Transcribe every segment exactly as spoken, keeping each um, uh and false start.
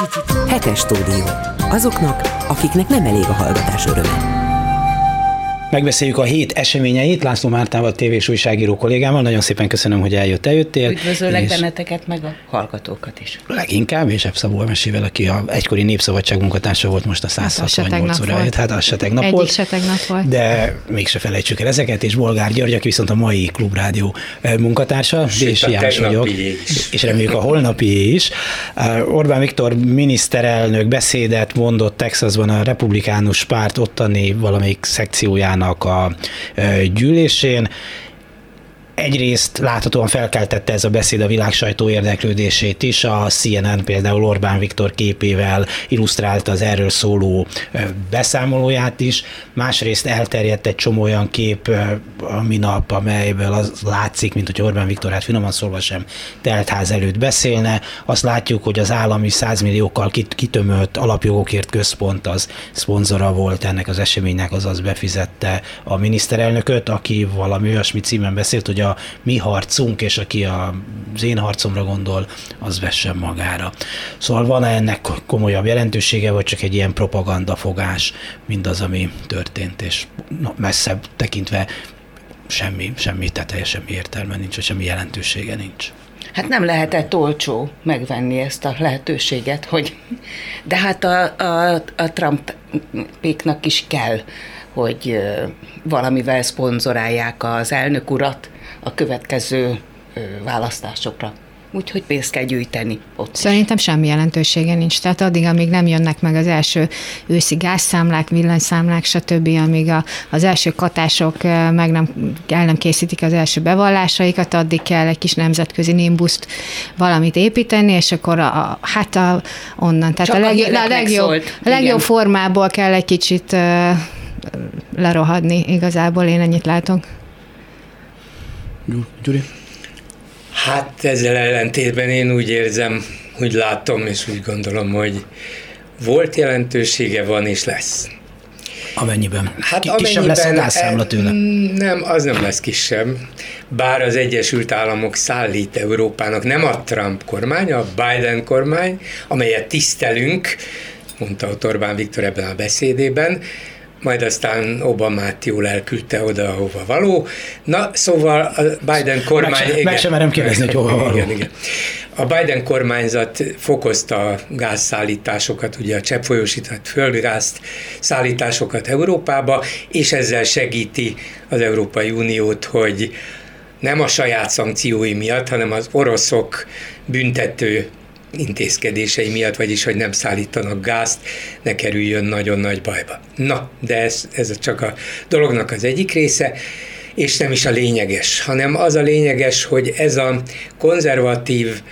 Hetes stúdió. Azoknak, akiknek nem elég a hallgatás öröme. Megbeszéljük a hét eseményeit László Mártával, tévés újságíró kollégámmal. Nagyon szépen köszönöm, hogy eljött, eljöttél. Üdvözöllek benneteket, meg a hallgatókat is. Leginkább, és Szabó Emesével, aki a egykori Népszabadság munkatársa volt, most a száz hatvannyolc óra eljött. Hát az se tegnap Egyik volt. se tegnap volt. De mégse felejtsük el ezeket, és Bolgár György, aki viszont a mai Klubrádió munkatársa, Dési János vagyok, és reméljük a holnapi is. Orbán Viktor miniszterelnök beszédet mondott Texasban a republikánus párt ottani valamelyik szekciójának a gyűlésén. Egyrészt láthatóan felkeltette ez a beszéd a világ sajtó érdeklődését is, a cé en en például Orbán Viktor képével illusztrálta az erről szóló beszámolóját is, másrészt elterjedt egy csomó olyan kép a minap, amelyből az látszik, mint hogy Orbán Viktor hát finoman szólva sem teltház előtt beszélne. Azt látjuk, hogy az állami százmilliókkal kitömött alapjogokért központ az szponzora volt ennek az eseménynek, azaz befizette a miniszterelnököt, aki valami olyasmi címen beszélt, hogy a mi harcunk, és aki az én harcomra gondol, az vessen magára. Szóval van ennek komolyabb jelentősége, vagy csak egy ilyen propagandafogás, mindaz, ami történt, és no, messzebb tekintve semmi, semmi teteje, semmi értelme nincs, vagy semmi jelentősége nincs. Hát nem lehetett olcsó megvenni ezt a lehetőséget, hogy de hát a, a, a Trumpéknak is kell, hogy valamivel szponzorálják az elnök urat a következő választásokra. Úgyhogy pénzt kell gyűjteni ott. Szerintem semmi jelentősége nincs. Tehát addig, amíg nem jönnek meg az első őszi gázszámlák, villanyszámlák, stb., amíg a, az első katások meg nem, el nem készítik az első bevallásaikat, addig kell egy kis nemzetközi nimbuszt valamit építeni, és akkor a, a, hát a, onnan. Tehát a, leg, a legjobb, a legjobb formából kell egy kicsit uh, lerohadni igazából, én ennyit látok. Gyuri? Hát ezzel ellentétben én úgy érzem, úgy látom, és úgy gondolom, hogy volt jelentősége, van és lesz. Amennyiben? Hát Kisebb amennyiben, lesz a gázszámla tőle? Nem, az nem lesz kisebb. Bár az Egyesült Államok szállít Európának, nem a Trump kormány, a Biden kormány, amelyet tisztelünk, mondta ott Orbán Viktor ebben a beszédében, majd aztán Obamát jól elküldte oda, ahova való. Na, szóval a Biden kormány... Meg sem, meg sem merem kérdezni, hogy hova való. Igen, igen. A Biden kormányzat fokozta a gázszállításokat, ugye a cseppfolyósított földgázt szállításokat Európába, és ezzel segíti az Európai Uniót, hogy nem a saját szankciói miatt, hanem az oroszok büntető intézkedései miatt, vagyis, hogy nem szállítanak gázt, ne kerüljön nagyon nagy bajba. Na, de ez, ez csak a dolognak az egyik része, és nem is a lényeges, hanem az a lényeges, hogy ez a konzervatív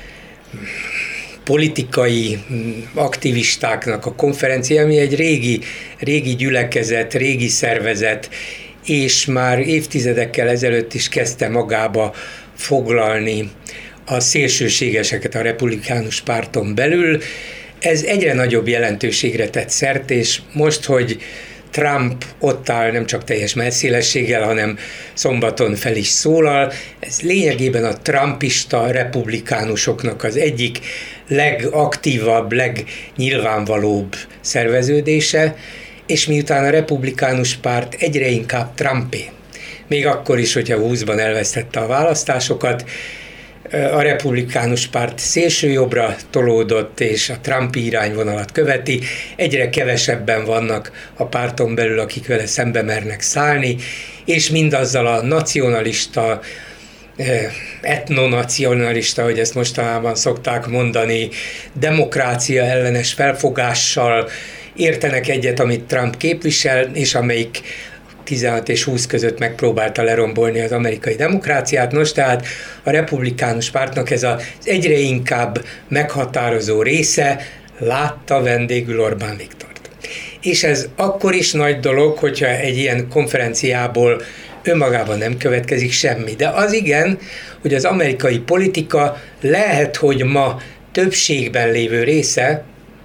politikai aktivistáknak a konferencia, ami egy régi, régi gyülekezet, régi szervezet, és már évtizedekkel ezelőtt is kezdte magába foglalni a szélsőségeseket a republikánus párton belül. Ez egyre nagyobb jelentőségre tett szert, és most, hogy Trump ott áll nem csak teljes messzélességgel, hanem szombaton fel is szólal, ez lényegében a trumpista republikánusoknak az egyik legaktívabb, legnyilvánvalóbb szerveződése, és miután a republikánus párt egyre inkább Trumpé, még akkor is, hogyha húszban elvesztette a választásokat, a republikánus párt szélsőjobbra tolódott, és a Trumpi irányvonalat követi. Egyre kevesebben vannak a párton belül, akik vele szembe mernek szállni, és mindazzal a nacionalista, etnonacionalista, hogy ezt mostanában szokták mondani, demokrácia ellenes felfogással értenek egyet, amit Trump képvisel, és amelyik tizenhat és húsz között megpróbálta lerombolni az amerikai demokráciát. Nos, tehát a republikánus pártnak ez az egyre inkább meghatározó része látta vendégül Orbán Viktort. És ez akkor is nagy dolog, hogyha egy ilyen konferenciából önmagában nem következik semmi. De az igen, hogy az amerikai politika lehet, hogy ma többségben lévő része,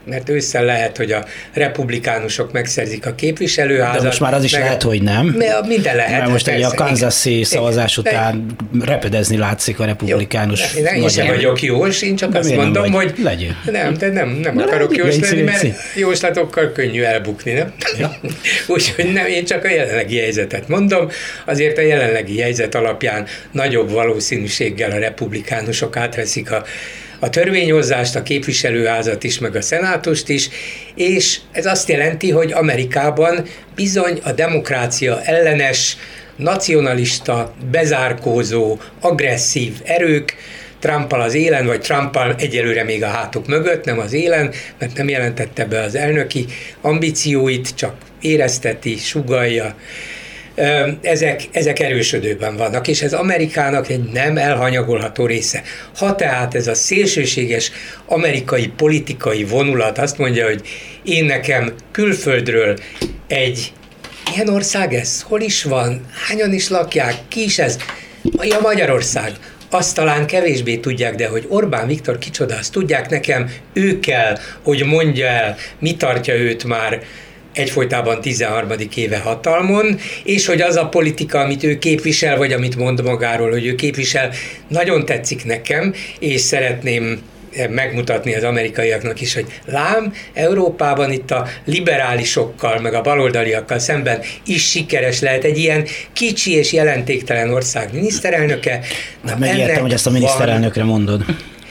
mert ősszel lehet, hogy a republikánusok megszerzik a képviselőházat. De most már az is lehet, a, hogy nem. Minden lehet. Mert most egy a Kansas-i szavazás igen, után de, repedezni látszik a republikánus. Jó, én sem vagyok jós, én csak de azt mondom, nem hogy legyél. Nem, de nem, nem de akarok jós lenni, lenni, mert jóslatokkal könnyű elbukni, nem? Ja. Úgyhogy nem, én csak a jelenlegi helyzetet mondom, azért a jelenlegi helyzet alapján nagyobb valószínűséggel a republikánusok átveszik a a törvényhozást, a képviselőházat is, meg a szenátust is, és ez azt jelenti, hogy Amerikában bizony a demokrácia ellenes, nacionalista, bezárkózó, agresszív erők, Trumpal az élen, vagy Trumpal egyelőre még a hátuk mögött, nem az élen, mert nem jelentette be az elnöki ambícióit, csak érezteti, sugallja. Ezek, ezek erősödőben vannak, és ez Amerikának egy nem elhanyagolható része. Ha tehát ez a szélsőséges amerikai politikai vonulat azt mondja, hogy én nekem külföldről egy milyen ország ez? Hol is van? Hányan is lakják? Ki is ez? Ja, Magyarország. Azt talán kevésbé tudják, de hogy Orbán Viktor kicsoda, azt tudják nekem, ő kell, hogy mondja el, mi tartja őt már egyfolytában tizenharmadik éve hatalmon, és hogy az a politika, amit ő képvisel, vagy amit mond magáról, hogy ő képvisel, nagyon tetszik nekem, és szeretném megmutatni az amerikaiaknak is, hogy lám, Európában itt a liberálisokkal, meg a baloldaliakkal szemben is sikeres lehet egy ilyen kicsi és jelentéktelen ország miniszterelnöke. Na, megértem, hogy ezt a miniszterelnökre van... mondod.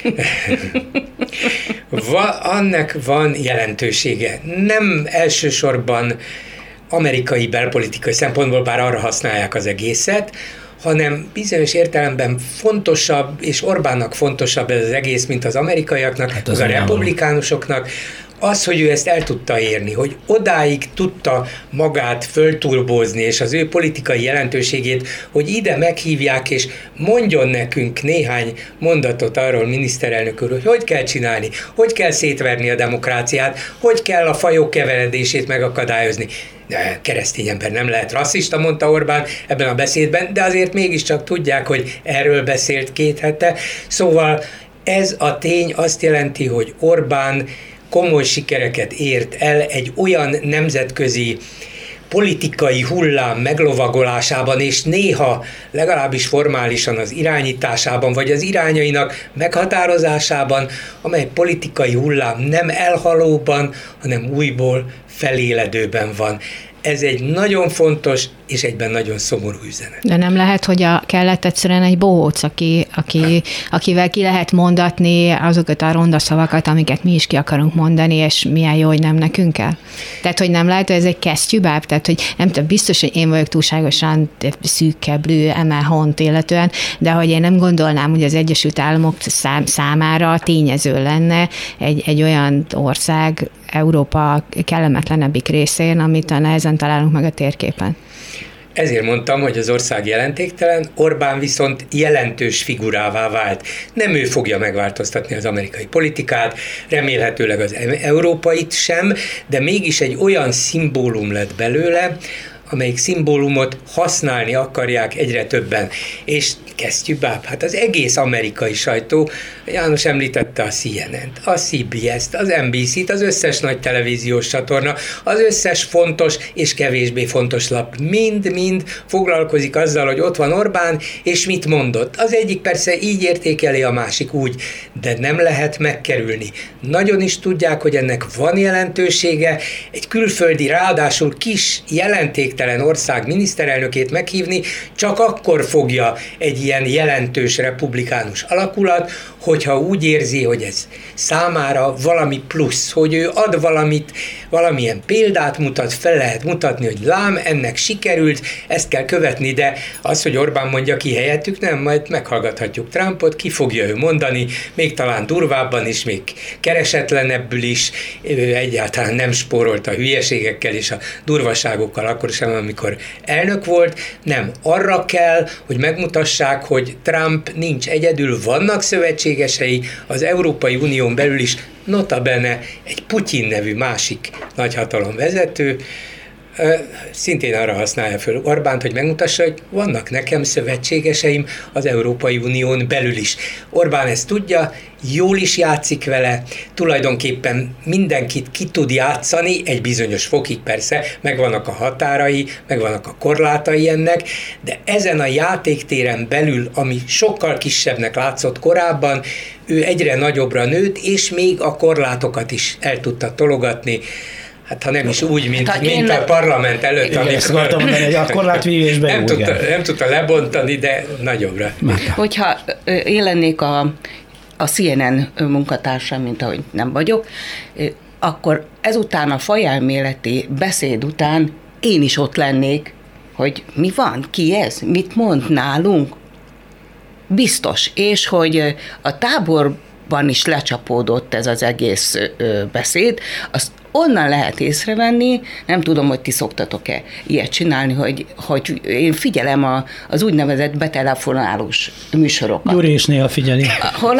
Va, annak van jelentősége. Nem elsősorban amerikai belpolitikai szempontból, bár arra használják az egészet, hanem bizonyos értelemben fontosabb, és Orbánnak fontosabb ez az egész, mint az amerikaiaknak, hát az a republikánusoknak, az, hogy ő ezt el tudta érni, hogy odáig tudta magát fölturbózni, és az ő politikai jelentőségét, hogy ide meghívják, és mondjon nekünk néhány mondatot arról, miniszterelnök úr, hogy hogy kell csinálni, hogy kell szétverni a demokráciát, hogy kell a fajok keveredését megakadályozni. De keresztény ember nem lehet rasszista, mondta Orbán ebben a beszédben, de azért mégiscsak tudják, hogy erről beszélt két hete. Szóval ez a tény azt jelenti, hogy Orbán komoly sikereket ért el egy olyan nemzetközi politikai hullám meglovagolásában, és néha legalábbis formálisan az irányításában, vagy az irányainak meghatározásában, amely politikai hullám nem elhalóban, hanem újból feléledőben van. Ez egy nagyon fontos és egyben nagyon szomorú üzenet. De nem lehet, hogy a, kellett egyszerűen egy bohóc, aki, aki, akivel ki lehet mondatni azokat a ronda szavakat, amiket mi is ki akarunk mondani, és milyen jó, hogy nem nekünk kell. Tehát, hogy nem lehet, hogy ez egy kesztyűbáb, tehát, hogy nem tudom, biztos, hogy én vagyok túlságosan szűkkeblő emelhont illetően, de hogy én nem gondolnám, hogy az Egyesült Államok szám, számára tényező lenne egy, egy olyan ország Európa kellemetlenebbik részén, amit a nehezen találunk meg a térképen. Ezért mondtam, hogy az ország jelentéktelen, Orbán viszont jelentős figurává vált. Nem ő fogja megváltoztatni az amerikai politikát, remélhetőleg az európait sem, de mégis egy olyan szimbólum lett belőle, amelyik szimbólumot használni akarják egyre többen. És kesztyűbáb, hát az egész amerikai sajtó, János említette a C N N-t, a C B S-t, az N B C-t, az összes nagy televíziós csatorna, az összes fontos és kevésbé fontos lap mind-mind foglalkozik azzal, hogy ott van Orbán, és mit mondott. Az egyik persze így értékeli, a másik úgy, de nem lehet megkerülni. Nagyon is tudják, hogy ennek van jelentősége, egy külföldi, ráadásul kis jelentéktelen ország miniszterelnökét meghívni, csak akkor fogja egy ilyen jelentős republikánus alakulat, hogyha úgy érzi, hogy ez számára valami plusz, hogy ő ad valamit, valamilyen példát mutat, fel lehet mutatni, hogy lám, ennek sikerült, ezt kell követni, de az, hogy Orbán mondja ki helyettük, nem, majd meghallgathatjuk Trumpot, ki fogja ő mondani, még talán durvábban is, még keresetlenebbül is, ő egyáltalán nem spórolt a hülyeségekkel és a durvaságokkal, akkor sem, amikor elnök volt, nem, arra kell, hogy megmutassák, hogy Trump nincs egyedül, vannak szövetségesei, az Európai Unión belül is, nota bene egy Putyin nevű másik nagyhatalom vezető, szintén arra használja föl Orbánt, hogy megmutassa, hogy vannak nekem szövetségeseim az Európai Unión belül is. Orbán ezt tudja, jól is játszik vele, tulajdonképpen mindenkit ki tud játszani, egy bizonyos fokig persze, megvannak a határai, megvannak a korlátai ennek, de ezen a játéktéren belül, ami sokkal kisebbnek látszott korábban, ő egyre nagyobbra nőtt, és még a korlátokat is el tudta tologatni. Hát ha nem is úgy, mint, hát mint a parlament előtt, igen, amikor mondani, hogy a korlátvívésben nem, tudta, nem tudta lebontani, de nagyobbra. Hogyha én lennék a, a C N N munkatársam, mint ahogy nem vagyok, akkor ezután a fajelméleti beszéd után én is ott lennék, hogy mi van, ki ez, mit mond nálunk. Biztos, és hogy a táborban is lecsapódott ez az egész beszéd, azt onnan lehet észrevenni, nem tudom, hogy ti szoktatok-e ilyet csinálni, hogy, hogy én figyelem a, az úgynevezett betelefonálós műsorokat. Gyuri is néha figyeli. Hol a...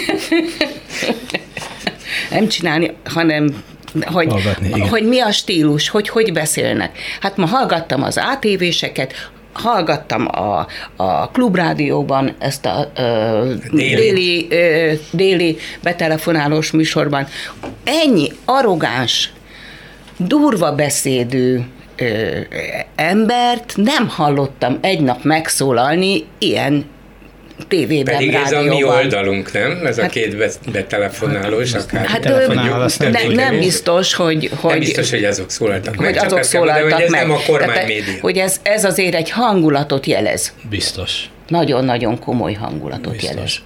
nem csinálni, hanem hogy, hogy mi a stílus, hogy hogy beszélnek. Hát ma hallgattam az á té véseket, hallgattam a, a klubrádióban ezt a ö, déli, ö, déli betelefonálós műsorban. Ennyi arrogáns, durva beszédű ö, embert nem hallottam egy nap megszólalni ilyen tévében, pedig rádióban. Ez a mi oldalunk, nem? Ez hát, a két betelefonálós akár. Hát mondjuk, nem, nem biztos, hogy... hogy nem biztos, hogy azok szólaltak hogy meg. Azok szólaltak mondani, hogy ez meg. nem a kormánymédia. Hogy ez, ez azért egy hangulatot jelez. Biztos. Nagyon-nagyon komoly hangulatot biztos. jelez.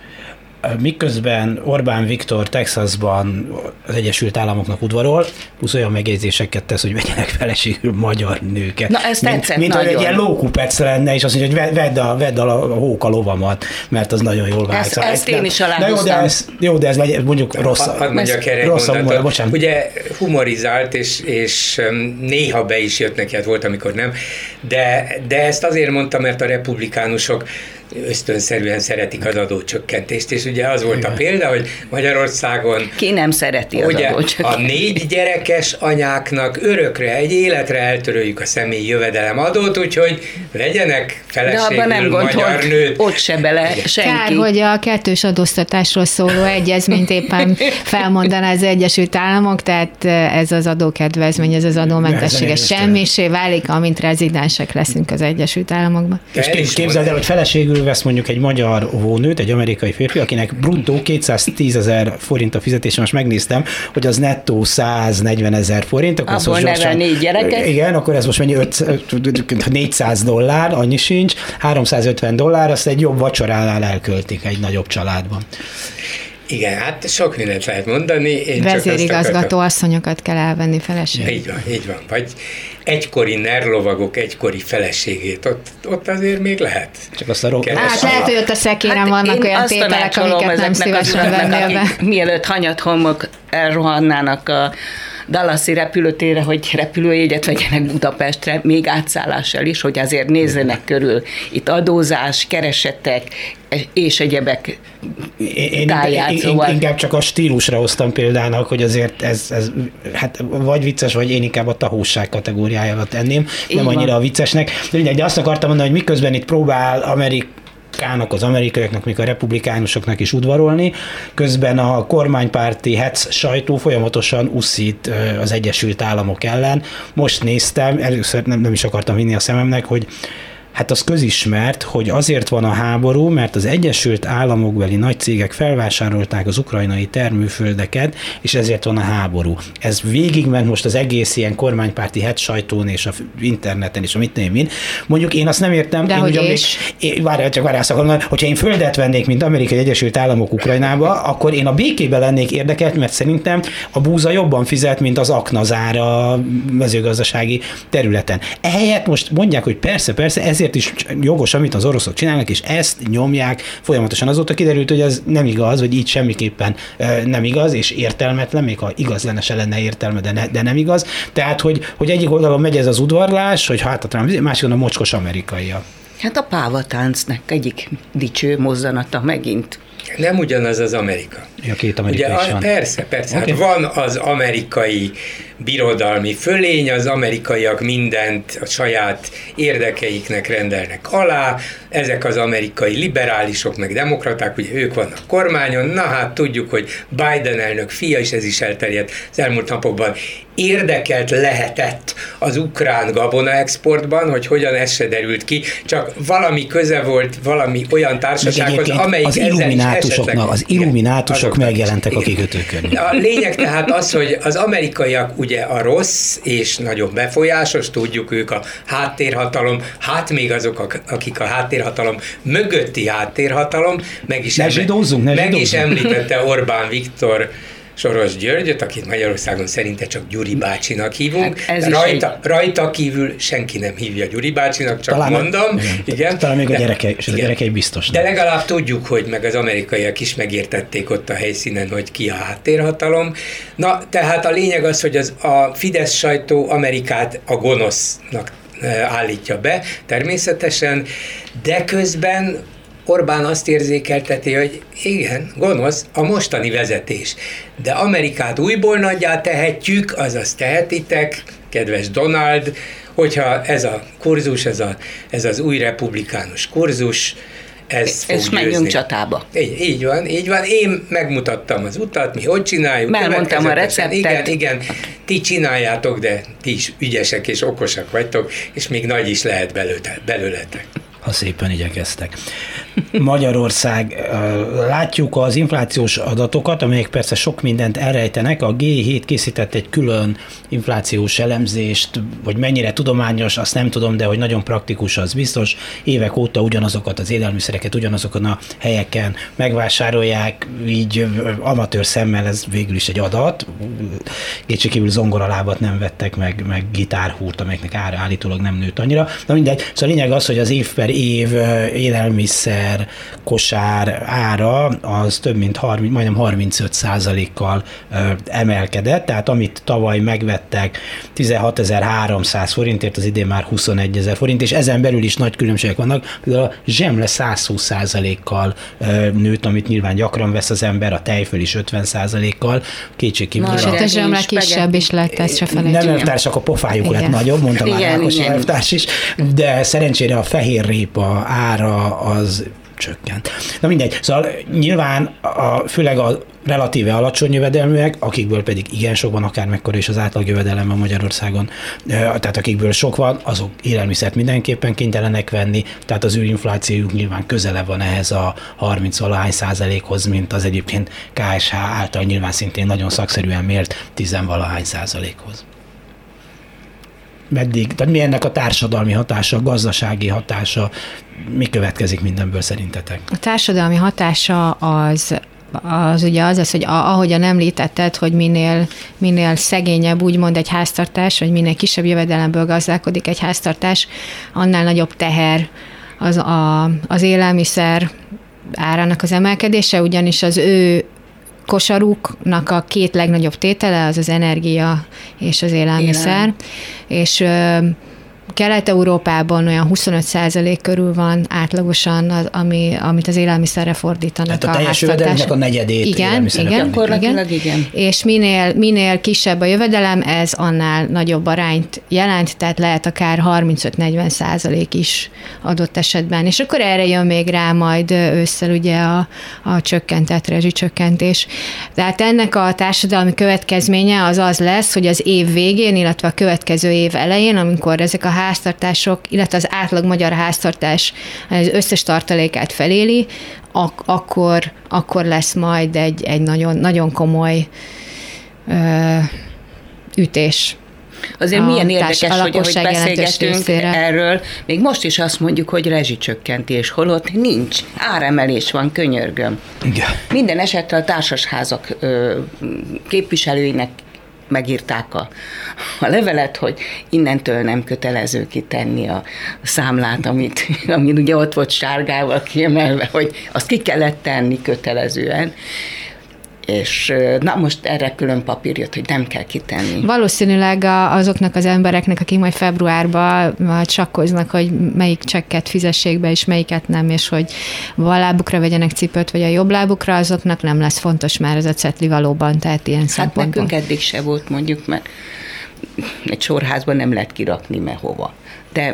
Miközben Orbán Viktor Texasban az Egyesült Államoknak udvarol, plusz olyan megjegyzéseket tesz, hogy vegyenek feleségül magyar nőket. Na, ez tetszett mint, nagyon. Mint hogy egy ilyen lókupec lenne, és azt mondja, hogy vedd a, vedd a, a hók a lovamat, mert az nagyon jól vág. Ezt, ezt én is aláhúztam. Jó, de ez, jó, de ez mondjuk rossz. Hadd mondjak erre egy mondatot. Ugye humorizált, és, és néha be is jött neki, hát volt, amikor nem, de, de ezt azért mondta, mert a republikánusok ösztönszerűen szeretik az adócsökkentést, és ugye az volt a példa, hogy Magyarországon ki nem szereti az adócsökkentést. A négy gyerekes anyáknak örökre, egy életre eltöröljük a személyi jövedelemadót, úgyhogy legyenek feleségül magyar nőt. Ott se bele senki. Kár, hogy a kettős adóztatásról szóló egyezményt éppen felmondaná az Egyesült Államok, tehát ez az adókedvezmény, ez az adómentessége semmisé válik, amint rezidensek leszünk az Egyesült Államokban. És képzeld el, hogy feleségül vesz mondjuk egy magyar óvónőt, egy amerikai férfi, akinek bruttó kétszáztízezer forint a fizetése, most megnéztem, hogy az nettó száznegyvenezer forint. Akkor abból nevel négy gyereket. Igen, akkor ez most mennyi négyszáz dollár, annyi sincs, háromszázötven dollár, azt egy jobb vacsoránál elköltik egy nagyobb családban. Igen, hát sok mindent lehet mondani. Vezérigazgató asszonyokat kell elvenni feleségét. Így van, így van. Vagy egykori nerlovagok egykori feleségét, ott, ott azért még lehet. Csak azt a ro- hát lehet, hogy ott a szekéren hát vannak olyan tételek, amiket nem szívesen vennél be. Mielőtt hanyathomok elrohannának a Dallasi repülőtérre, hogy repülőjegyet vegyenek Budapestre, még átszállással is, hogy azért nézzenek körül. Itt adózás, keresetek és egyebek tájátszóval. Inkább csak a stílusra hoztam példának, hogy azért ez, ez hát vagy vicces, vagy én inkább a tahóság kategóriájára tenném, nem Így annyira van. a viccesnek. De, de azt akartam mondani, hogy miközben itt próbál Amerika az amerikaiaknak, még a republikánusoknak is udvarolni. Közben a kormánypárti hetsz sajtó folyamatosan uszít az Egyesült Államok ellen. Most néztem, először nem, nem is akartam hinni a szememnek, hogy hát az közismert, hogy azért van a háború, mert az Egyesült Államokbeli nagy cégek felvásárolták az ukrajnai termőföldeket, és ezért van a háború. Ez végigment most az egész ilyen kormánypárti het sajtón és a interneten és a mit nem én. Mondjuk én azt nem értem. De én hogy ugyan is? Még, várjál, csak várjál szakadom, hogyha én földet vennék, mint Amerikai Egyesült Államok Ukrajnába, akkor én a békében lennék érdekelt, mert szerintem a búza jobban fizet, mint az aknazár a mezőgazdasági területen. Ehelyett most mondják, hogy persze, persze, ezért is jogos, amit az oroszok csinálnak, és ezt nyomják folyamatosan. Azóta kiderült, hogy ez nem igaz, vagy így semmiképpen nem igaz, és értelmetlen, még ha igaz lenne, se lenne értelme, de, ne, de nem igaz. Tehát, hogy, hogy egyik oldalon megy ez az udvarlás, hogy hát a másik oldalon a mocskos amerikaiak. Hát a pávatáncnak egyik dicső mozzanata megint. Nem ugyanaz az Amerika. Ja, két Amerika Ugye, is van. Persze, persze. Okay. Hát van az amerikai birodalmi fölény, az amerikaiak mindent a saját érdekeiknek rendelnek alá, ezek az amerikai liberálisok, meg demokraták, ugye ők vannak kormányon, na hát tudjuk, hogy Biden elnök fia, és ez is elterjedt az elmúlt napokban, érdekelt lehetett az ukrán gabonaexportban, hogy hogyan ez se derült ki, csak valami köze volt valami olyan társasághoz, amelyik az illuminátusoknak, az illuminátusok megjelentek a kikötőkön. A lényeg tehát az, hogy az amerikaiak ugye a rossz és nagyon befolyásos, tudjuk, ők a háttérhatalom, hát még azok, akik a háttérhatalom mögötti háttérhatalom, meg is, ne eml- zsidózzunk, ne meg zsidózzunk. is említette Orbán Viktor Soros Györgyöt, akit Magyarországon szerinte csak Gyuri bácsinak hívunk. Hát rajta, egy... rajta kívül senki nem hívja Gyuri bácsinak, csak talán mondom. Igen, igen. Talán még a gyerekei, és a gyerekei biztos. De legalább tudjuk, hogy meg az amerikaiak is megértették ott a helyszínen, hogy ki a háttérhatalom. Na, tehát a lényeg az, hogy az, a Fidesz sajtó Amerikát a gonosznak állítja be, természetesen, de közben Orbán azt érzékelteti, hogy igen, gonosz a mostani vezetés, de Amerikát újból nagyjá tehetjük, azaz tehetitek, kedves Donald, hogyha ez a kurzus, ez, a, ez az új republikánus kurzus, ez fog és menjünk csatába. Így, így van, így van. Én megmutattam az utat, mi hogy csináljuk. Megmondtam a receptet. Igen, igen, ti csináljátok, de ti is ügyesek és okosak vagytok, és még nagy is lehet belőletek. Ha szépen igyekeztek. Magyarország, látjuk az inflációs adatokat, amelyek persze sok mindent elrejtenek. A gé hét készített egy külön inflációs elemzést, hogy mennyire tudományos, azt nem tudom, de hogy nagyon praktikus, az biztos. Évek óta ugyanazokat az élelmiszereket, ugyanazokon a helyeken megvásárolják, így amatőr szemmel ez végül is egy adat. Kétségkívül zongoralábat nem vettek, meg, meg gitárhúrt, amelyeknek ára állítólag nem nőtt annyira. Na mindegy, szóval a lényeg az, hogy az év per év élelmiszer kosár ára az több mint harminc, majdnem harmincöt százalékkal emelkedett, tehát amit tavaly megvettek tizenhatezer-háromszáz forintért, az idén már huszonegyezer forint, és ezen belül is nagy különbségek vannak. Például a zsemle száz húsz százalékkal nőtt, amit nyilván gyakran vesz az ember, a tejföl is ötven százalékkal, kétségkívül. És a zsemle kisebb is lett, ezt se felejtjük. Nem elvtársak, a pofájuk igen. lett nagyobb, mondta már Ákos elvtárs is, de szerencsére a fehér répa ára az csökkent. Na mindegy, szóval nyilván a, főleg a relatíve alacsony jövedelműek, akikből pedig igen sok van, akár mekkora is az átlagjövedelem a Magyarországon, tehát akikből sok van, azok élelmiszert mindenképpen kénytelenek venni, tehát az ő inflációjuk nyilván közele van ehhez a harminc-valahány százalékhoz, mint az egyébként ká es há által nyilván szintén nagyon szakszerűen mért tíz-valahány százalékhoz. Meddig, tehát mi ennek a társadalmi hatása, a gazdasági hatása, mi következik mindenből szerintetek? A társadalmi hatása az, az ugye az az, hogy ahogyan említetted, hogy minél, minél szegényebb úgymond egy háztartás, vagy minél kisebb jövedelemből gazdálkodik egy háztartás, annál nagyobb teher az, a, az élelmiszer árának az emelkedése, ugyanis az ő kosaruknak a két legnagyobb tétele az az energia és az élelmiszer, Élelem. és Kelet-Európában olyan huszonöt százalék körül van átlagosan, az, ami, amit az élelmiszerre fordítanak. Tehát a teljes jövedelemnek a negyedét igen, igen, igen, igen. És minél, minél kisebb a jövedelem, ez annál nagyobb arányt jelent, tehát lehet akár harmincöt-negyven százalék is adott esetben. És akkor erre jön még rá majd ősszel ugye a, a csökkentett rezsicsökkentés. Tehát ennek a társadalmi következménye az az lesz, hogy az év végén, illetve a következő év elején, amikor ezek a háztartások, illetve az átlag magyar háztartás az összes tartalékát feléli, ak- akkor, akkor lesz majd egy, egy nagyon, nagyon komoly ö, ütés. Azért milyen érdekes, hogy ahogy beszélgetünk erről, még most is azt mondjuk, hogy rezsicsökkentés, holott nincs. Áremelés van, könyörgöm. Igen. Minden esetre a társasházak ö, képviselőinek megírták a, a levelet, hogy innentől nem kötelező kitenni a számlát, amit, amit ugye ott volt sárgával kiemelve, hogy azt ki kellett tenni kötelezően. és na most erre külön papír jött, hogy nem kell kitenni. Valószínűleg azoknak az embereknek, akik majd februárban csakkoznak, hogy melyik csekket fizessék be, és melyiket nem, és hogy bal lábukra vegyenek cipőt, vagy a jobb lábukra, azoknak nem lesz fontos már ez a cetli valóban, tehát ilyen hát szempontból. Hát nekünk eddig se volt mondjuk, mert egy sorházban nem lehet kirakni, mert hova. De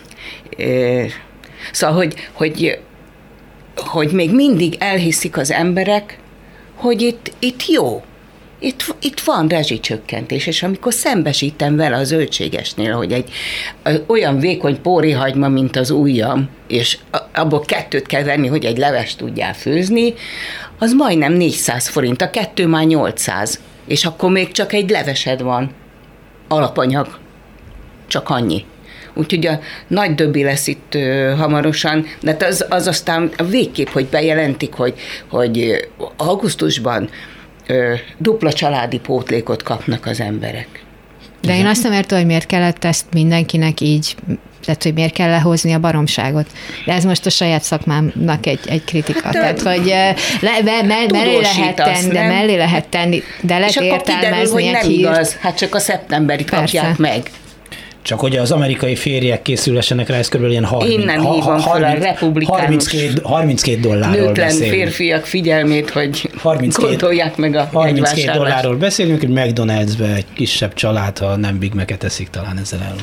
e, szóval, hogy, hogy, hogy még mindig elhiszik az emberek, hogy itt, itt jó, itt, itt van rezsicsökkentés, és amikor szembesítem vele a zöldségesnél, hogy egy olyan vékony pórihagyma, mint az ujjam, és abból kettőt kell venni, hogy egy levest tudjál főzni, az majdnem négyszáz forint, a kettő már nyolcszáz, és akkor még csak egy levesed van, alapanyag, csak annyi. Úgyhogy a nagy döbbi lesz itt ö, hamarosan, de az, az aztán végképp, hogy bejelentik, hogy, hogy augusztusban ö, dupla családi pótlékot kapnak az emberek. De én azt nem értem, hogy miért kellett ezt mindenkinek így, tehát hogy miért kell lehozni a baromságot. De ez most a saját szakmámnak egy, egy kritika. Hát, tehát, hogy le, me, me, mellé lehet tenni, de mellé lehet tenni, de lehet értelmezni egy nem igaz, hát csak a szeptemberi kapják meg. Csak hogy az amerikai férjek készülessenek rá, ez körülbelül ilyen harminc, Innen hívom fel a republikánus harminckét dollárról nőtlen beszélünk. Férfiak figyelmét, hogy gondolják meg a harminckét dollárról beszélünk, hogy McDonald'sbe egy kisebb család, ha nem Big Mac-et eszik, talán ezzel el.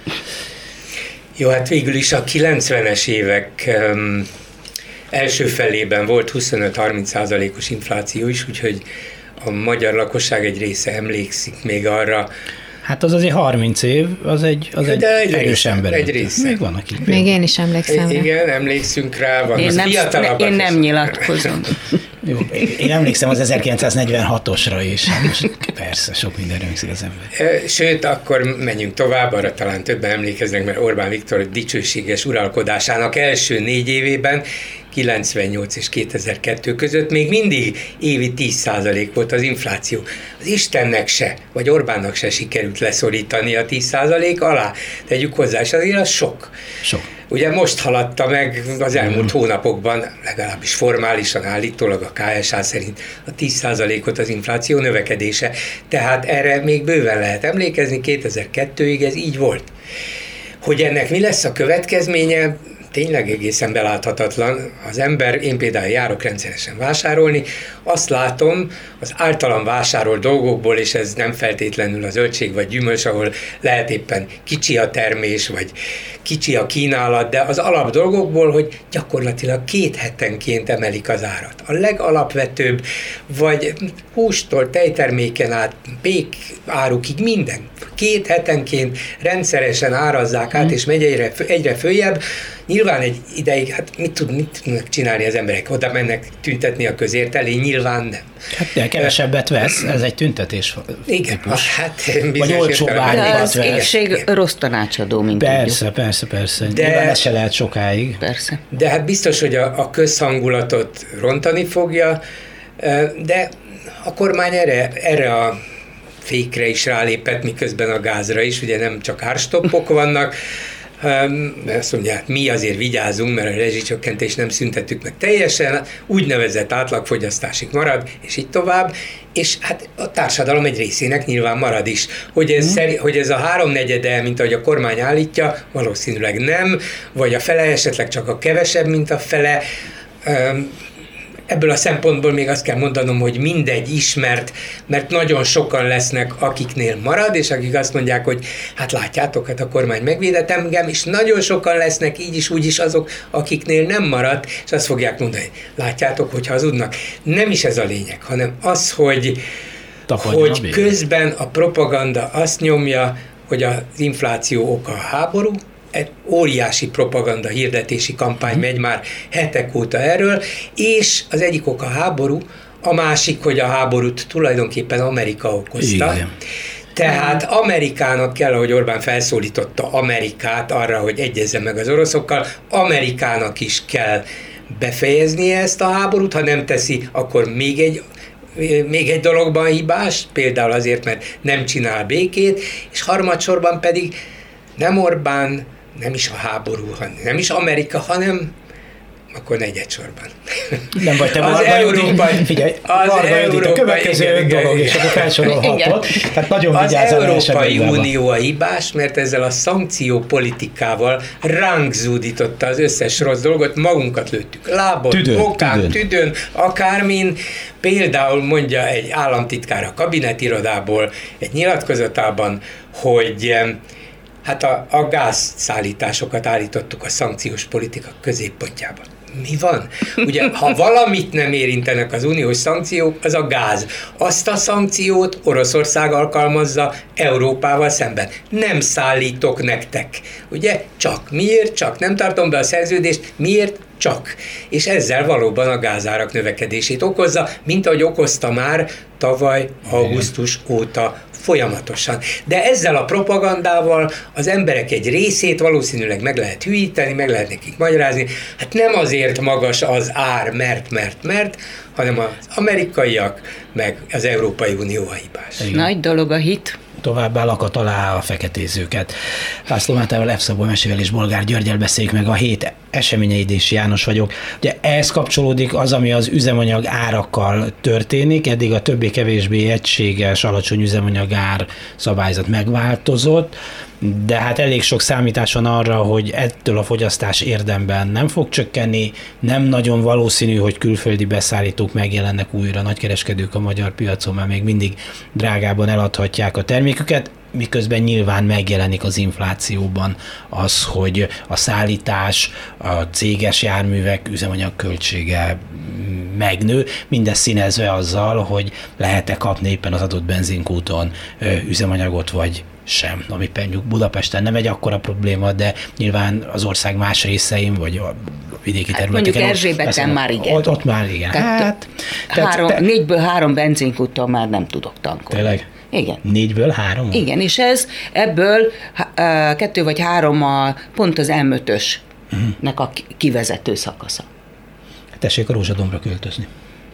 Jó, hát végül is a kilencvenes évek um, első felében volt huszonöt-harminc százalékos infláció is, úgyhogy a magyar lakosság egy része emlékszik még arra. Hát az azért harminc év, az egy, az egy, egy erős része, ember. Egy része. Még van, akik. Még én is emlékszem. Igen, emlékszünk rá. Van én, nem, én nem nyilatkozom. Jó, én emlékszem az ezerkilencszáznegyvenhatosra is. Persze, sok minden emlékszik az ember. Sőt, akkor menjünk tovább, arra talán többen emlékeznek, mert Orbán Viktor dicsőséges uralkodásának első négy évében, kilencvennyolc és kétezer-kettő között még mindig évi tíz százalék volt az infláció. Az Istennek se, vagy Orbánnak se sikerült leszorítani a tíz százalék alá. Tegyük hozzá, és azért az sok. Sok. Ugye most haladta meg az elmúlt hmm. hónapokban, legalábbis formálisan állítólag a ká es há szerint a tíz százalékot az infláció növekedése. Tehát erre még bőven lehet emlékezni, kétezer-kettőig ez így volt. Hogy ennek mi lesz a következménye, tényleg egészen beláthatatlan. Az ember, én például járok rendszeresen vásárolni, azt látom az általam vásárolt dolgokból, és ez nem feltétlenül a zöldség vagy gyümölcs, ahol lehet éppen kicsi a termés, vagy kicsi a kínálat, de az alap dolgokból, hogy gyakorlatilag két hetenként emelik az árat. A legalapvetőbb, vagy hústól, tejterméken át, pék árukig minden. Két hetenként rendszeresen árazzák át, és megy egyre, egyre följebb. Nyilván egy ideig, hát mit, tud, mit tudnak csinálni az emberek? Oda mennek tüntetni a közért elé? Nyilván nem. Hát de kevesebbet vesz, ez egy tüntetés. Igen, típus. hát vagy olcsóbb árukat vesz. Az égség rossz tanácsadó, mint Persze, tudjuk. persze, persze. De, Nyilván ez se lehet sokáig. Persze. De hát biztos, hogy a, a közhangulatot rontani fogja, de a kormány erre, erre a fékre is rálépett, miközben a gázra is, ugye nem csak árstoppok vannak, azt mondja, hát mi azért vigyázunk, mert a rezsicsökkentés nem szüntettük meg teljesen, úgynevezett átlagfogyasztásig marad, és így tovább, és hát a társadalom egy részének nyilván marad is. Hogy ez, mm. szeri, hogy ez a háromnegyede, mint ahogy a kormány állítja, valószínűleg nem, vagy a fele, esetleg csak a kevesebb, mint a fele. Ebből a szempontból még azt kell mondanom, hogy mindegy ismert, mert nagyon sokan lesznek, akiknél marad, és akik azt mondják, hogy hát látjátok, hát a kormány megvédett engem, és nagyon sokan lesznek így is, úgy is azok, akiknél nem marad, és azt fogják mondani, látjátok, hogy hazudnak. Nem is ez a lényeg, hanem az, hogy, hogy közben a propaganda azt nyomja, hogy az infláció oka a háború, egy óriási propaganda hirdetési kampány megy már hetek óta erről, és az egyik ok a háború, a másik, hogy a háborút tulajdonképpen Amerika okozta. Igen. Tehát Amerikának kell, ahogy Orbán felszólította Amerikát arra, hogy egyezzen meg az oroszokkal, Amerikának is kell befejeznie ezt a háborút, ha nem teszi, akkor még egy még egy dologban hibás, például azért, mert nem csinál békét, és harmadsorban pedig nem Orbán, nem is a háború, nem is Amerika, hanem akkor negyedsorban. Nem vagy te az európai, figyelj, az európai, a következő igen, dolog, igen, és akkor felsorolhatod. Tehát nagyon az Európai Unió Unió a hibás, mert ezzel a szankciópolitikával ránk zúdította az összes rossz dolgot, magunkat lőttük. Lábon, tüdön, okán, tüdön. tüdön, akármin. Például mondja egy államtitkár a kabinetirodából egy nyilatkozatában, hogy hát a, a gázszállításokat állítottuk a szankciós politika középpontjában. Mi van? Ugye, ha valamit nem érintenek az uniós szankciók, az a gáz. Azt a szankciót Oroszország alkalmazza Európával szemben. Nem szállítok nektek. Ugye? Csak. Miért? Csak. Nem tartom be a szerződést. Miért? Csak. És ezzel valóban a gázárak növekedését okozza, mint ahogy okozta már tavaly augusztus óta folyamatosan. De ezzel a propagandával az emberek egy részét valószínűleg meg lehet hülyíteni, meg lehet nekik magyarázni. Hát nem azért magas az ár, mert, mert, mert, hanem az amerikaiak, meg az Európai Unió a hibás. Igen. Nagy dolog a hit. Továbbá lakat alá a feketézőket. László Mátával, F. Szabó Mesével és Bolgár Györgyel beszéljük meg a hét eseményeit, és János vagyok. Ugye ehhez kapcsolódik az, ami az üzemanyag árakkal történik. Eddig a többé-kevésbé egységes, alacsony üzemanyag ár szabályzat megváltozott, de hát elég sok számítás van arra, hogy ettől a fogyasztás érdemben nem fog csökkenni, nem nagyon valószínű, hogy külföldi beszállítók megjelennek újra, nagykereskedők a magyar piacon, mert még mindig drágában eladhatják a terméküket, miközben nyilván megjelenik az inflációban az, hogy a szállítás, a céges járművek üzemanyag költsége megnő, mindez színezve azzal, hogy lehet-e kapni éppen az adott benzinkúton üzemanyagot, vagy sem, ami mondjuk Budapesten nem egy akkora probléma, de nyilván az ország más részein, vagy a vidéki területeken. Hát mondjuk Erzsébeten már igen. Ott, ott már igen. Hát, három, te, négyből három benzinkúton már nem tudok tankolni. Tényleg? Igen. Négyből három? Igen, és ez ebből kettő vagy három a, pont az em ötösnek a kivezető szakasza. Tessék a Rózsadombra költözni.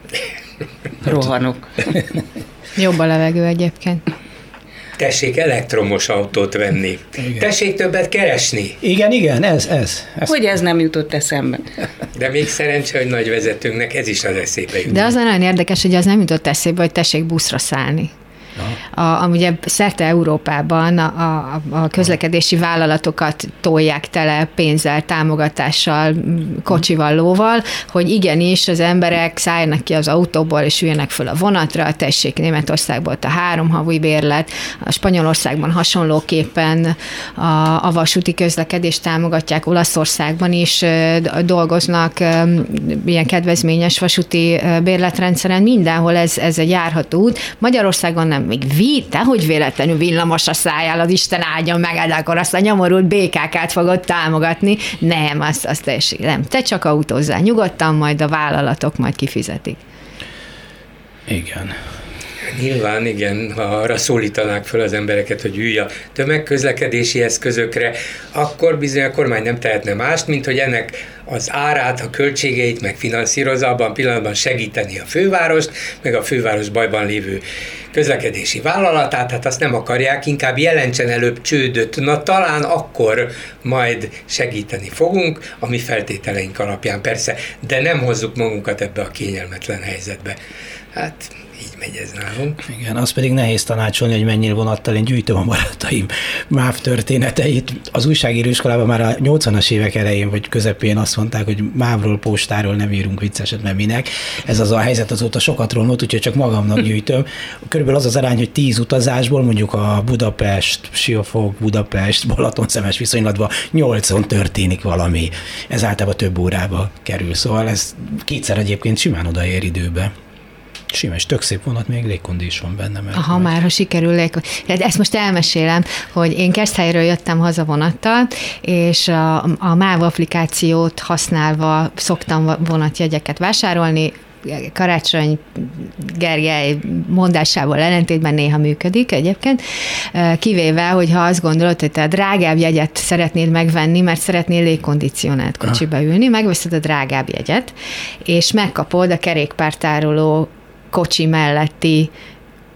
Rohanok. Jobb a levegő egyébként. Tessék elektromos autót venni. Igen. Tessék többet keresni. Igen, igen, ez, ez. ez. Hogy ez nem jutott eszembe? De még szerencsé, hogy nagy vezetőnknek ez is az eszébe jut. De az nagyon érdekes, hogy az nem jutott eszébe, hogy tessék buszra szállni. A, ugye szerte Európában a, a, a közlekedési vállalatokat tolják tele pénzzel, támogatással, kocsival, lóval, hogy igenis az emberek szálljanak ki az autóból, és üljenek föl a vonatra, tessék Németországból a három havi bérlet, a Spanyolországban hasonlóképpen a, a vasúti közlekedést támogatják, Olaszországban is dolgoznak ilyen kedvezményes vasúti bérletrendszeren, mindenhol ez, ez egy járható út. Magyarországon nem, még vi, te hogy véletlenül villamosra szálljál, az Isten áldjon meg, de akkor azt a nyomorult békákát fogod támogatni. Nem, azt, azt teljesen, nem. Te csak autózzál nyugodtan, majd a vállalatok majd kifizetik. Igen. Nyilván, igen, ha arra szólítanák fel az embereket, hogy ülj a tömegközlekedési eszközökre, akkor bizony a kormány nem tehetne mást, mint hogy ennek az árát, a költségeit megfinanszírozza, abban pillanatban segíteni a fővárost, meg a főváros bajban lévő közlekedési vállalatát, hát azt nem akarják, inkább jelentsen előbb csődöt. Na talán akkor majd segíteni fogunk, a mi feltételeink alapján persze, de nem hozzuk magunkat ebbe a kényelmetlen helyzetbe. Hát így megy ez nálunk. Igen, az pedig nehéz tanácsolni, hogy mennyire vonattal, én gyűjtöm a barátaim MÁV történeteit. Az újságíróiskolában már a nyolcvanas évek elején vagy közepén azt mondták, hogy MÁV-ról, postáról nem írunk vicceset, mert minek. Ez az a helyzet azóta sokat romlott, úgyhogy csak magamnak gyűjtöm. Körülbelül az az arány, hogy tíz utazásból, mondjuk a Budapest, Siófok, Budapest, Balaton-Szemes viszonylatban nyolcon történik valami. Ez általában több órába kerül. Szóval ez kétszer egyébként simán odaér időbe. Sima, és tök szép vonat, még légkondi is van benne. Mert ha már, ha sikerül légkondi. Ezt most elmesélem, hogy én Keszthelyről jöttem haza vonattal, és a, a MÁV applikációt használva szoktam vonatjegyeket vásárolni, Karácsony Gergely mondásával ellentétben néha működik egyébként, kivéve, hogyha azt gondolod, hogy te a drágább jegyet szeretnéd megvenni, mert szeretnél légkondicionált kocsiba ülni, megveszed a drágább jegyet, és megkapod a kerékpártároló kocsi melletti